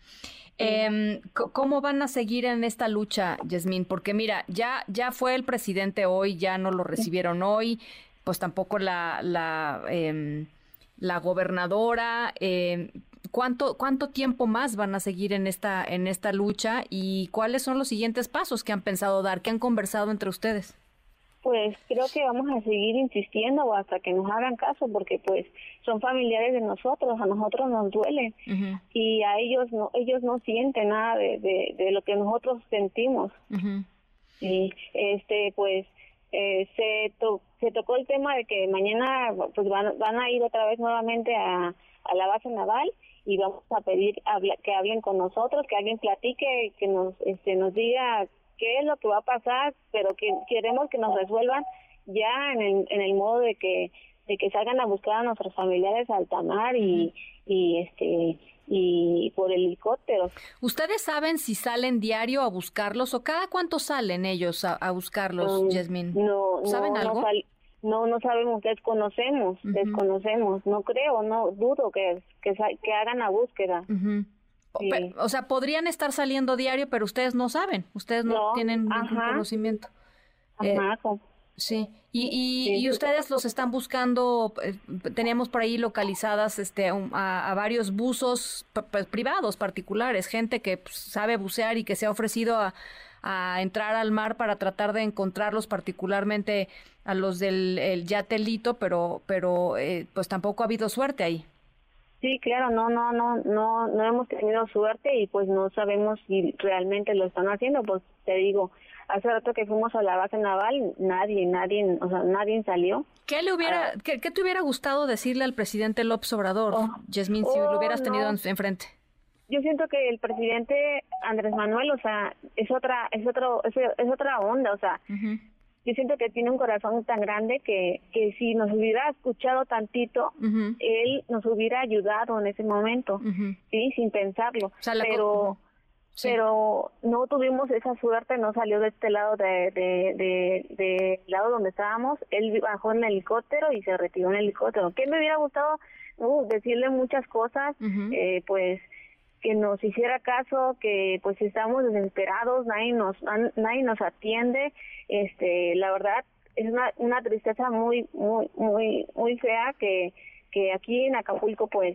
Eh, ¿Cómo van a seguir en esta lucha, Yasmín? Porque mira, ya ya fue el presidente hoy, ya no lo recibieron hoy, pues tampoco la la eh, la gobernadora. Eh, ¿Cuánto cuánto tiempo más van a seguir en esta en esta lucha y cuáles son los siguientes pasos que han pensado dar, que han conversado entre ustedes? Pues creo que vamos a seguir insistiendo hasta que nos hagan caso, porque pues son familiares de nosotros, a nosotros nos duele. Uh-huh. Y a ellos no ellos no sienten nada de, de, de lo que nosotros sentimos. Uh-huh. Y este pues eh, se to, se tocó el tema de que mañana pues van van a ir otra vez nuevamente a, a la base naval y vamos a pedir habla, que hablen con nosotros, que alguien platique, que nos este nos diga qué es lo que va a pasar, pero que queremos que nos resuelvan ya en el, en el modo de que de que salgan a buscar a nuestros familiares a alta mar y, y este y por helicópteros. ¿Ustedes saben si salen diario a buscarlos o cada cuánto salen ellos a, a buscarlos, um, Yasmín? No, ¿Saben no, algo? No, sal, no, no sabemos, desconocemos, uh-huh. desconocemos, no creo, no dudo que que, que hagan la búsqueda. Uh-huh. Sí. O sea, podrían estar saliendo diario, pero ustedes no saben, ustedes no, no tienen ningún ajá. conocimiento. Ajá. Eh, sí. Y, y, sí. y ustedes los están buscando, eh, teníamos por ahí localizadas este a, a varios buzos p- privados, particulares, gente que pues, sabe bucear y que se ha ofrecido a, a entrar al mar para tratar de encontrarlos, particularmente a los del el yate Lito, pero, pero eh, pues tampoco ha habido suerte ahí. Sí, claro, no, no, no, no, no hemos tenido suerte y pues no sabemos si realmente lo están haciendo. Pues te digo, hace rato que fuimos a la base naval, nadie, nadie, o sea, nadie salió. ¿Qué le hubiera, ah, qué, qué te hubiera gustado decirle al presidente López Obrador, oh, Yasmín, si oh, lo hubieras tenido no. enfrente? Yo siento que el presidente Andrés Manuel, o sea, es otra, es otro, es, es otra onda, o sea. Uh-huh. Yo siento que tiene un corazón tan grande que, que si nos hubiera escuchado tantito, uh-huh. él nos hubiera ayudado en ese momento, uh-huh. sí, sin pensarlo. O sea, pero, co- sí. pero no tuvimos esa suerte, no salió de este lado de, de, de, de lado donde estábamos. Él bajó en el helicóptero y se retiró en el helicóptero. ¿Qué me hubiera gustado? Uh, decirle muchas cosas, uh-huh. eh, pues que nos hiciera caso, que pues estamos desesperados, nadie nos nadie nos atiende. Este, la verdad es una una tristeza muy muy muy muy fea que que aquí en Acapulco pues,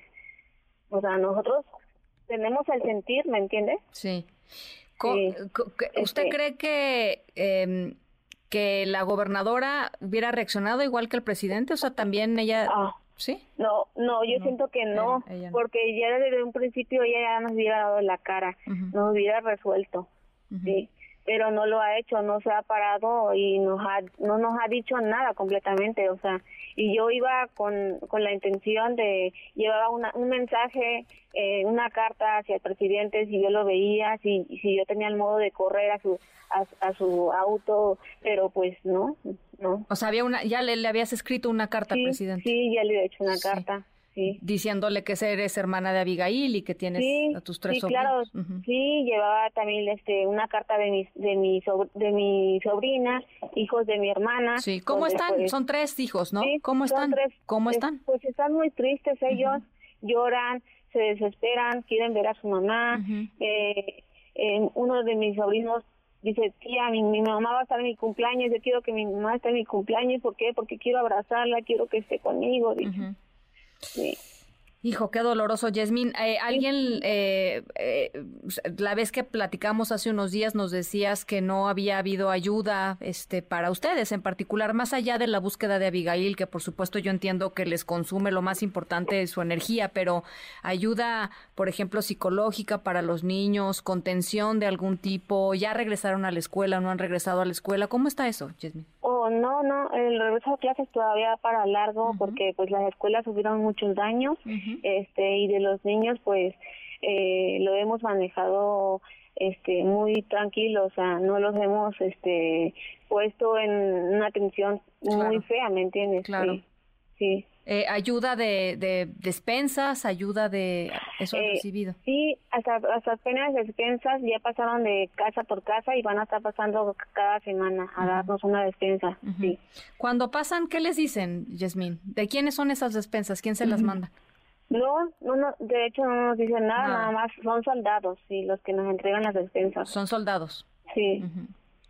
o sea, nosotros tenemos el sentir, ¿me entiende? Sí. Co- sí. ¿Usted este, cree que eh, que la gobernadora hubiera reaccionado igual que el presidente? O sea, también ella ah. ¿Sí? No, no, yo no, siento que no, ella, ella no, porque ya desde un principio ella ya nos hubiera dado la cara, uh-huh. nos hubiera resuelto, uh-huh. sí, pero no lo ha hecho, no se ha parado y nos ha, no nos ha dicho nada completamente, o sea, y yo iba con, con la intención de llevar una, un mensaje, eh, una carta hacia el presidente, si yo lo veía, si, si yo tenía el modo de correr a su a, a su auto, pero pues no, no. O sea, había una, ya le, le habías escrito una carta sí, al presidente. Sí, ya le he hecho una sí. carta. Sí. Diciéndole que eres hermana de Abigail y que tienes sí, a tus tres sí, sobrinos. Claro, uh-huh. Sí, llevaba también este una carta de mi de mi so, de mi sobrina, hijos de mi hermana. Sí, ¿cómo están? Pues, son tres hijos, ¿no? Sí, ¿Cómo están? Tres, ¿Cómo es, están? Pues están muy tristes ellos, uh-huh. lloran, se desesperan, quieren ver a su mamá. Uh-huh. Eh, eh, uno de mis sobrinos dice, tía, mi, mi mamá va a estar en mi cumpleaños, yo quiero que mi mamá esté en mi cumpleaños, ¿por qué? Porque quiero abrazarla, quiero que esté conmigo, dice. Uh-huh. Sí. Hijo, qué doloroso, Yasmín. Eh, alguien, eh, eh, la vez que platicamos hace unos días nos decías que no había habido ayuda este, para ustedes en particular, más allá de la búsqueda de Abigail, que por supuesto yo entiendo que les consume lo más importante de su energía, pero ayuda, por ejemplo, psicológica para los niños, contención de algún tipo, ¿ya regresaron a la escuela o no han regresado a la escuela? ¿Cómo está eso, Yasmín? Oh, no, no, el regreso a clases todavía para largo, uh-huh. porque pues las escuelas sufrieron muchos daños, uh-huh. este y de los niños pues eh, lo hemos manejado este muy tranquilo, o sea, no los hemos este puesto en una atención claro. muy fea, ¿me entiendes? Claro. Sí. sí. Eh, ayuda de, de despensas, ayuda de eso eh, recibido. Sí, hasta hasta apenas despensas ya pasaron de casa por casa y van a estar pasando cada semana a uh-huh. darnos una despensa. Uh-huh. Sí. Cuando pasan, ¿qué les dicen, Yasmín? ¿De quiénes son esas despensas? ¿Quién se uh-huh. las manda? No, no, no, de hecho no nos dicen nada, nada, nada más son soldados, sí, los que nos entregan las despensas. Son soldados. Sí. Uh-huh.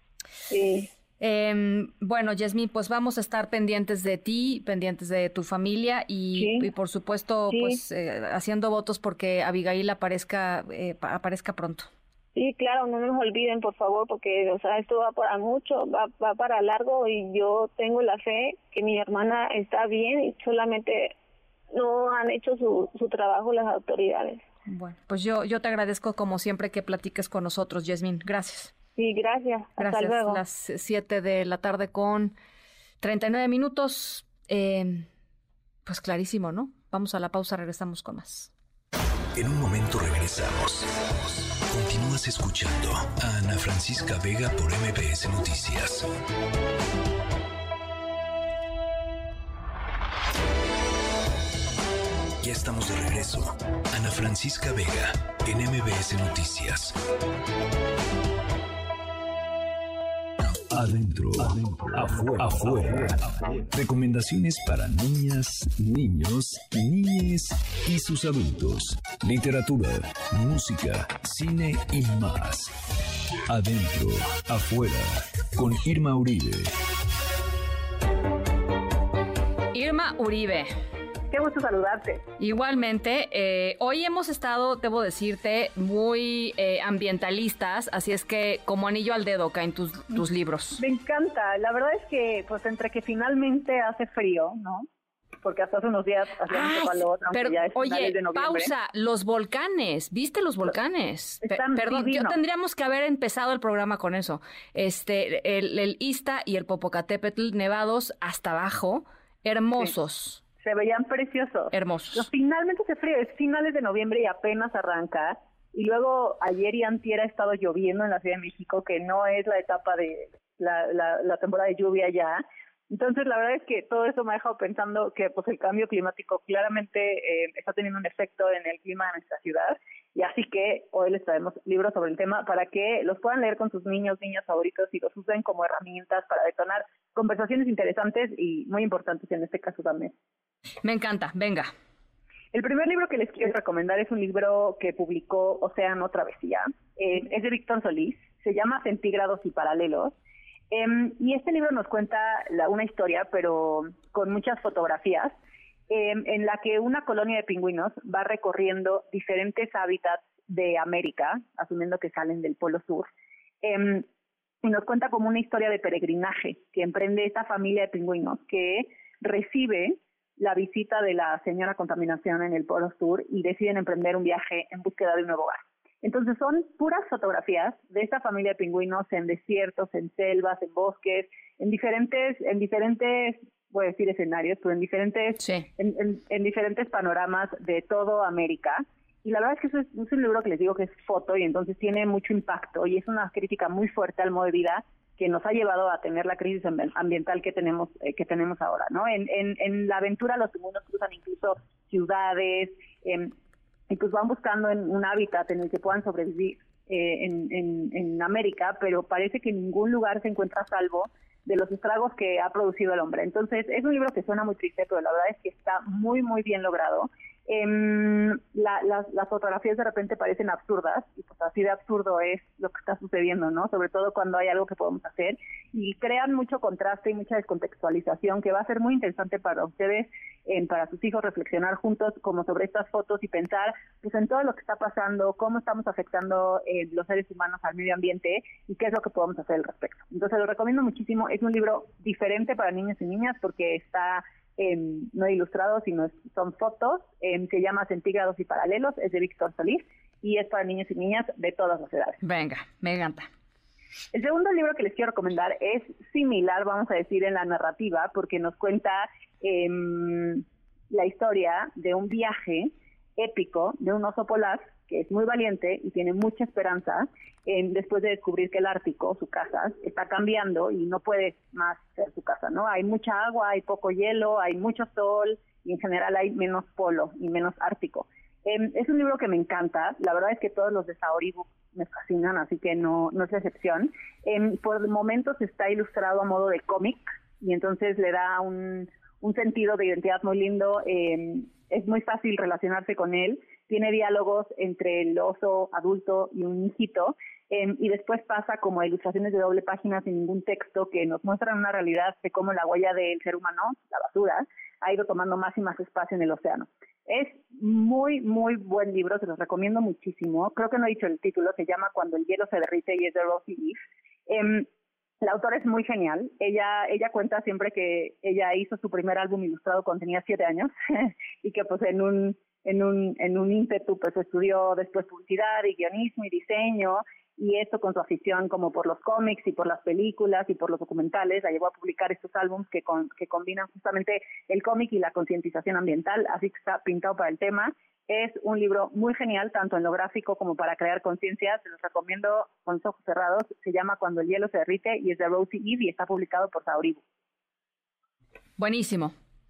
Sí. Eh, bueno, Yasmín, pues vamos a estar pendientes de ti, pendientes de tu familia y, sí. y por supuesto, sí. pues eh, haciendo votos porque Abigail aparezca eh, aparezca pronto. Sí, claro, no nos olviden, por favor, porque o sea, esto va para mucho, va, va para largo y yo tengo la fe que mi hermana está bien y solamente no han hecho su, su trabajo las autoridades. Bueno, pues yo, yo te agradezco como siempre que platiques con nosotros, Yasmín. Gracias. Sí, gracias. Hasta Gracias. luego. Las siete de la tarde con treinta y nueve minutos. Eh, pues clarísimo, ¿no? Vamos a la pausa, regresamos con más. En un momento regresamos. Continúas escuchando a Ana Francisca Vega por M B S Noticias. Ya estamos de regreso. Ana Francisca Vega en M B S Noticias. Adentro, Adentro afuera, afuera, afuera. Recomendaciones para niñas, niños, niñes y sus adultos. Literatura, música, cine y más. Adentro, afuera, con Irma Uribe. Irma Uribe. Qué gusto saludarte. Igualmente, eh, hoy hemos estado, debo decirte, muy eh, ambientalistas, así es que como anillo al dedo caen tus, tus libros. Me encanta, la verdad es que pues entre que finalmente hace frío, ¿no? porque hasta hace unos días hacía mucho calor, aunque pero, ya es oye, finales de noviembre. pausa, los volcanes, ¿viste los volcanes? Están Pe- perdón, divinos. yo tendríamos que haber empezado el programa con eso. Este, el, el Ixta y el Popocatépetl nevados hasta abajo, hermosos. Sí. Se veían preciosos. Hermosos. Los finalmente se frío, es finales de noviembre y apenas arranca. Y luego ayer y antier ha estado lloviendo en la Ciudad de México, que no es la etapa de la, la, la temporada de lluvia ya. Entonces, la verdad es que todo eso me ha dejado pensando que pues el cambio climático claramente eh, está teniendo un efecto en el clima de nuestra ciudad. Y así que hoy les traemos libros sobre el tema para que los puedan leer con sus niños, niñas favoritos y los usen como herramientas para detonar conversaciones interesantes y muy importantes en este caso también. Me encanta, venga. El primer libro que les quiero recomendar es un libro que publicó Océano Travesía. Eh, es de Víctor Solís, se llama Centígrados y Paralelos. Eh, y este libro nos cuenta la, una historia, pero con muchas fotografías, eh, en la que una colonia de pingüinos va recorriendo diferentes hábitats de América, asumiendo que salen del Polo Sur, eh, y nos cuenta como una historia de peregrinaje que emprende esta familia de pingüinos que recibe la visita de la señora contaminación en el Polo Sur y deciden emprender un viaje en búsqueda de un nuevo hogar. Entonces son puras fotografías de esta familia de pingüinos en desiertos, en selvas, en bosques, en diferentes, en diferentes, voy a decir escenarios, pero en diferentes, sí. en, en, en diferentes panoramas de todo América. Y la verdad es que eso es, es un libro que les digo que es foto y entonces tiene mucho impacto y es una crítica muy fuerte al modo de vida que nos ha llevado a tener la crisis ambiental que tenemos eh, que tenemos ahora, ¿no? En, en, en la aventura los pingüinos cruzan incluso ciudades eh, y pues van buscando en un hábitat en el que puedan sobrevivir eh, en, en, en América, pero parece que en ningún lugar se encuentra a salvo de los estragos que ha producido el hombre. Entonces es un libro que suena muy triste, pero la verdad es que está muy, muy bien logrado. Eh, la, las, las fotografías de repente parecen absurdas y pues así de absurdo es lo que está sucediendo, ¿no? Sobre todo cuando hay algo que podemos hacer y crean mucho contraste y mucha descontextualización que va a ser muy interesante para ustedes, eh, para sus hijos reflexionar juntos como sobre estas fotos y pensar pues en todo lo que está pasando, cómo estamos afectando eh, los seres humanos al medio ambiente y qué es lo que podemos hacer al respecto. Entonces lo recomiendo muchísimo, es un libro diferente para niños y niñas porque está Eh, no ilustrado, sino son fotos, eh, se llama Centígrados y Paralelos, es de Víctor Solís y es para niños y niñas de todas las edades. Venga, me encanta. El segundo libro que les quiero recomendar es similar, vamos a decir, en la narrativa, porque nos cuenta eh, la historia de un viaje épico de un oso polar que es muy valiente y tiene mucha esperanza eh, después de descubrir que el Ártico, su casa, está cambiando y no puede más ser su casa, ¿no? Hay mucha agua, hay poco hielo, hay mucho sol y en general hay menos polo y menos ártico. Eh, es un libro que me encanta, la verdad es que todos los de Saori Books me fascinan, así que no, no es la excepción. Eh, por momentos está ilustrado a modo de cómic y entonces le da un, un sentido de identidad muy lindo, eh, es muy fácil relacionarse con él, tiene diálogos entre el oso adulto y un hijito, eh, y después pasa como ilustraciones de doble página sin ningún texto que nos muestran una realidad de cómo la huella del ser humano, la basura, ha ido tomando más y más espacio en el océano. Es muy, muy buen libro, se los recomiendo muchísimo. Creo que no he dicho el título, se llama Cuando el hielo se derrite y es de Rosie Leaf. Eh, la autora es muy genial. Ella ella cuenta siempre que ella hizo su primer álbum ilustrado cuando tenía siete años y que pues en un en un en un ímpetu pues estudió después publicidad y guionismo y diseño y esto con su afición como por los cómics y por las películas y por los documentales la llevó a publicar estos álbumes que con, que combinan justamente el cómic y la concientización ambiental, así que está pintado para el tema. Es un libro muy genial, tanto en lo gráfico como para crear conciencia. Se los recomiendo con los ojos cerrados. Se llama Cuando el hielo se derrite y es de Rosie Eve y está publicado por Saori Books. Buenísimo.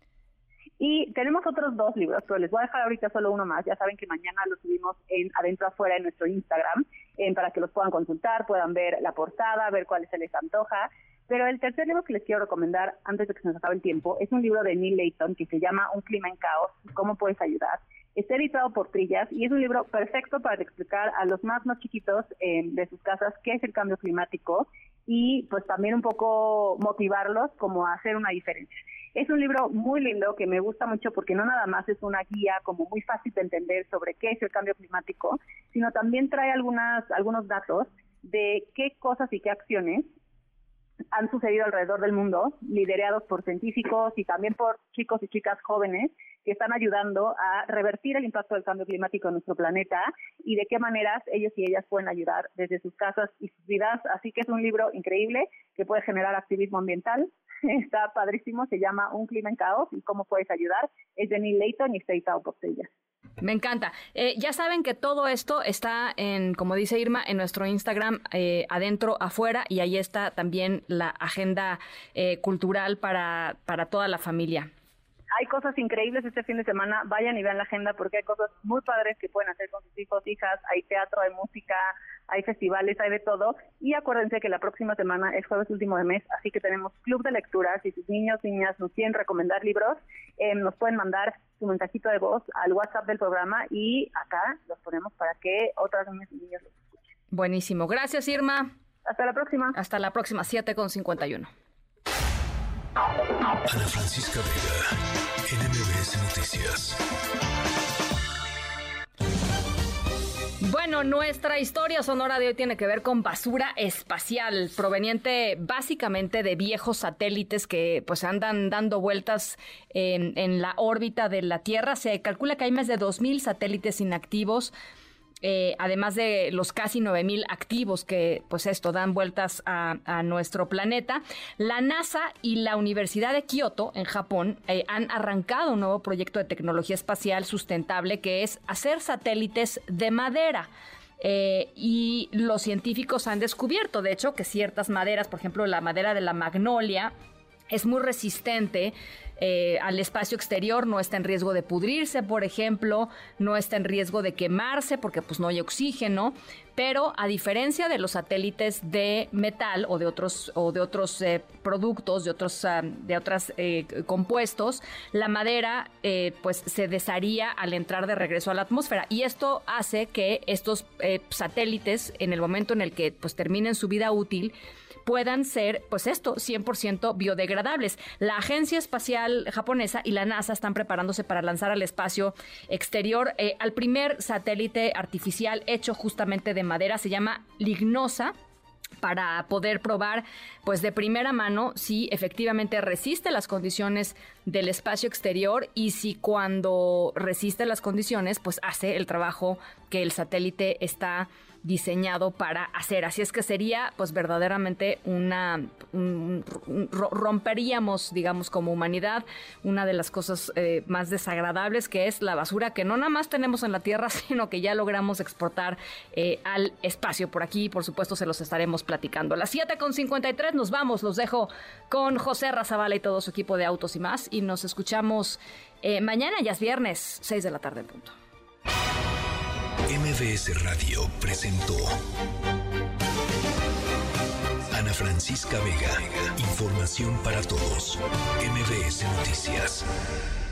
Y tenemos otros dos libros, pero les voy a dejar ahorita solo uno más. Ya saben que mañana los subimos en Adentro Afuera en nuestro Instagram, eh, para que los puedan consultar, puedan ver la portada, ver cuáles se les antoja. Pero el tercer libro que les quiero recomendar, antes de que se nos acabe el tiempo, es un libro de Neil Layton que se llama Un clima en caos, ¿cómo puedes ayudar? Está editado por Trillas y es un libro perfecto para explicar a los más más chiquitos eh, de sus casas qué es el cambio climático y pues también un poco motivarlos como a hacer una diferencia. Es un libro muy lindo que me gusta mucho porque no nada más es una guía como muy fácil de entender sobre qué es el cambio climático, sino también trae algunas algunos datos de qué cosas y qué acciones han sucedido alrededor del mundo, liderados por científicos y también por chicos y chicas jóvenes que están ayudando a revertir el impacto del cambio climático en nuestro planeta y de qué maneras ellos y ellas pueden ayudar desde sus casas y sus vidas. Así que es un libro increíble que puede generar activismo ambiental. Está padrísimo, se llama Un clima en caos y cómo puedes ayudar. Es de Neil Layton y está editado por Sella. Me encanta. Eh, ya saben que todo esto está en, como dice Irma, en nuestro Instagram, eh, adentro, afuera, y ahí está también la agenda eh, cultural para, para toda la familia. Hay cosas increíbles este fin de semana, vayan y vean la agenda porque hay cosas muy padres que pueden hacer con sus hijos, hijas, hay teatro, hay música, hay festivales, hay de todo. Y acuérdense que la próxima semana es jueves último de mes, así que tenemos club de lectura. Si sus niños, niñas nos quieren recomendar libros, eh, nos pueden mandar su mensajito de voz al WhatsApp del programa y acá los ponemos para que otras niñas y niños los escuchen. Buenísimo. Gracias, Irma. Hasta la próxima. Hasta la próxima, siete con cincuenta y uno. Ana Francisca Vega, N M B S Noticias. Bueno, nuestra historia sonora de hoy tiene que ver con basura espacial, proveniente básicamente de viejos satélites que pues andan dando vueltas en, en la órbita de la Tierra. Se calcula que hay más de dos mil satélites inactivos, Eh, además de los casi nueve mil activos que, pues esto, dan vueltas a, a nuestro planeta. La NASA y la Universidad de Kioto, en Japón, eh, han arrancado un nuevo proyecto de tecnología espacial sustentable que es hacer satélites de madera. Eh, y los científicos han descubierto, de hecho, que ciertas maderas, por ejemplo, la madera de la magnolia, es muy resistente eh, al espacio exterior, no está en riesgo de pudrirse, por ejemplo, no está en riesgo de quemarse porque pues no hay oxígeno, pero a diferencia de los satélites de metal o de otros o de otros eh, productos, de otros uh, de otros eh, compuestos, la madera eh, pues se desharía al entrar de regreso a la atmósfera, y esto hace que estos eh, satélites, en el momento en el que pues terminen su vida útil, puedan ser, pues esto, cien por ciento biodegradables. La Agencia Espacial Japonesa y la NASA están preparándose para lanzar al espacio exterior eh, al primer satélite artificial hecho justamente de madera, se llama Lignosa, para poder probar pues de primera mano si efectivamente resiste las condiciones del espacio exterior y si cuando resiste las condiciones pues hace el trabajo que el satélite está diseñado para hacer. Así es que sería pues verdaderamente una un, un, romperíamos, digamos, como humanidad, una de las cosas eh, más desagradables, que es la basura que no nada más tenemos en la Tierra, sino que ya logramos exportar eh, al espacio. Por aquí, por supuesto, se los estaremos platicando. A las siete con cincuenta y tres nos vamos, los dejo con José Razabala y todo su equipo de Autos y Más, y nos escuchamos eh, mañana, ya es viernes, seis de la tarde en punto. M V S Radio presentó Ana Francisca Vega. Información para todos. M V S Noticias.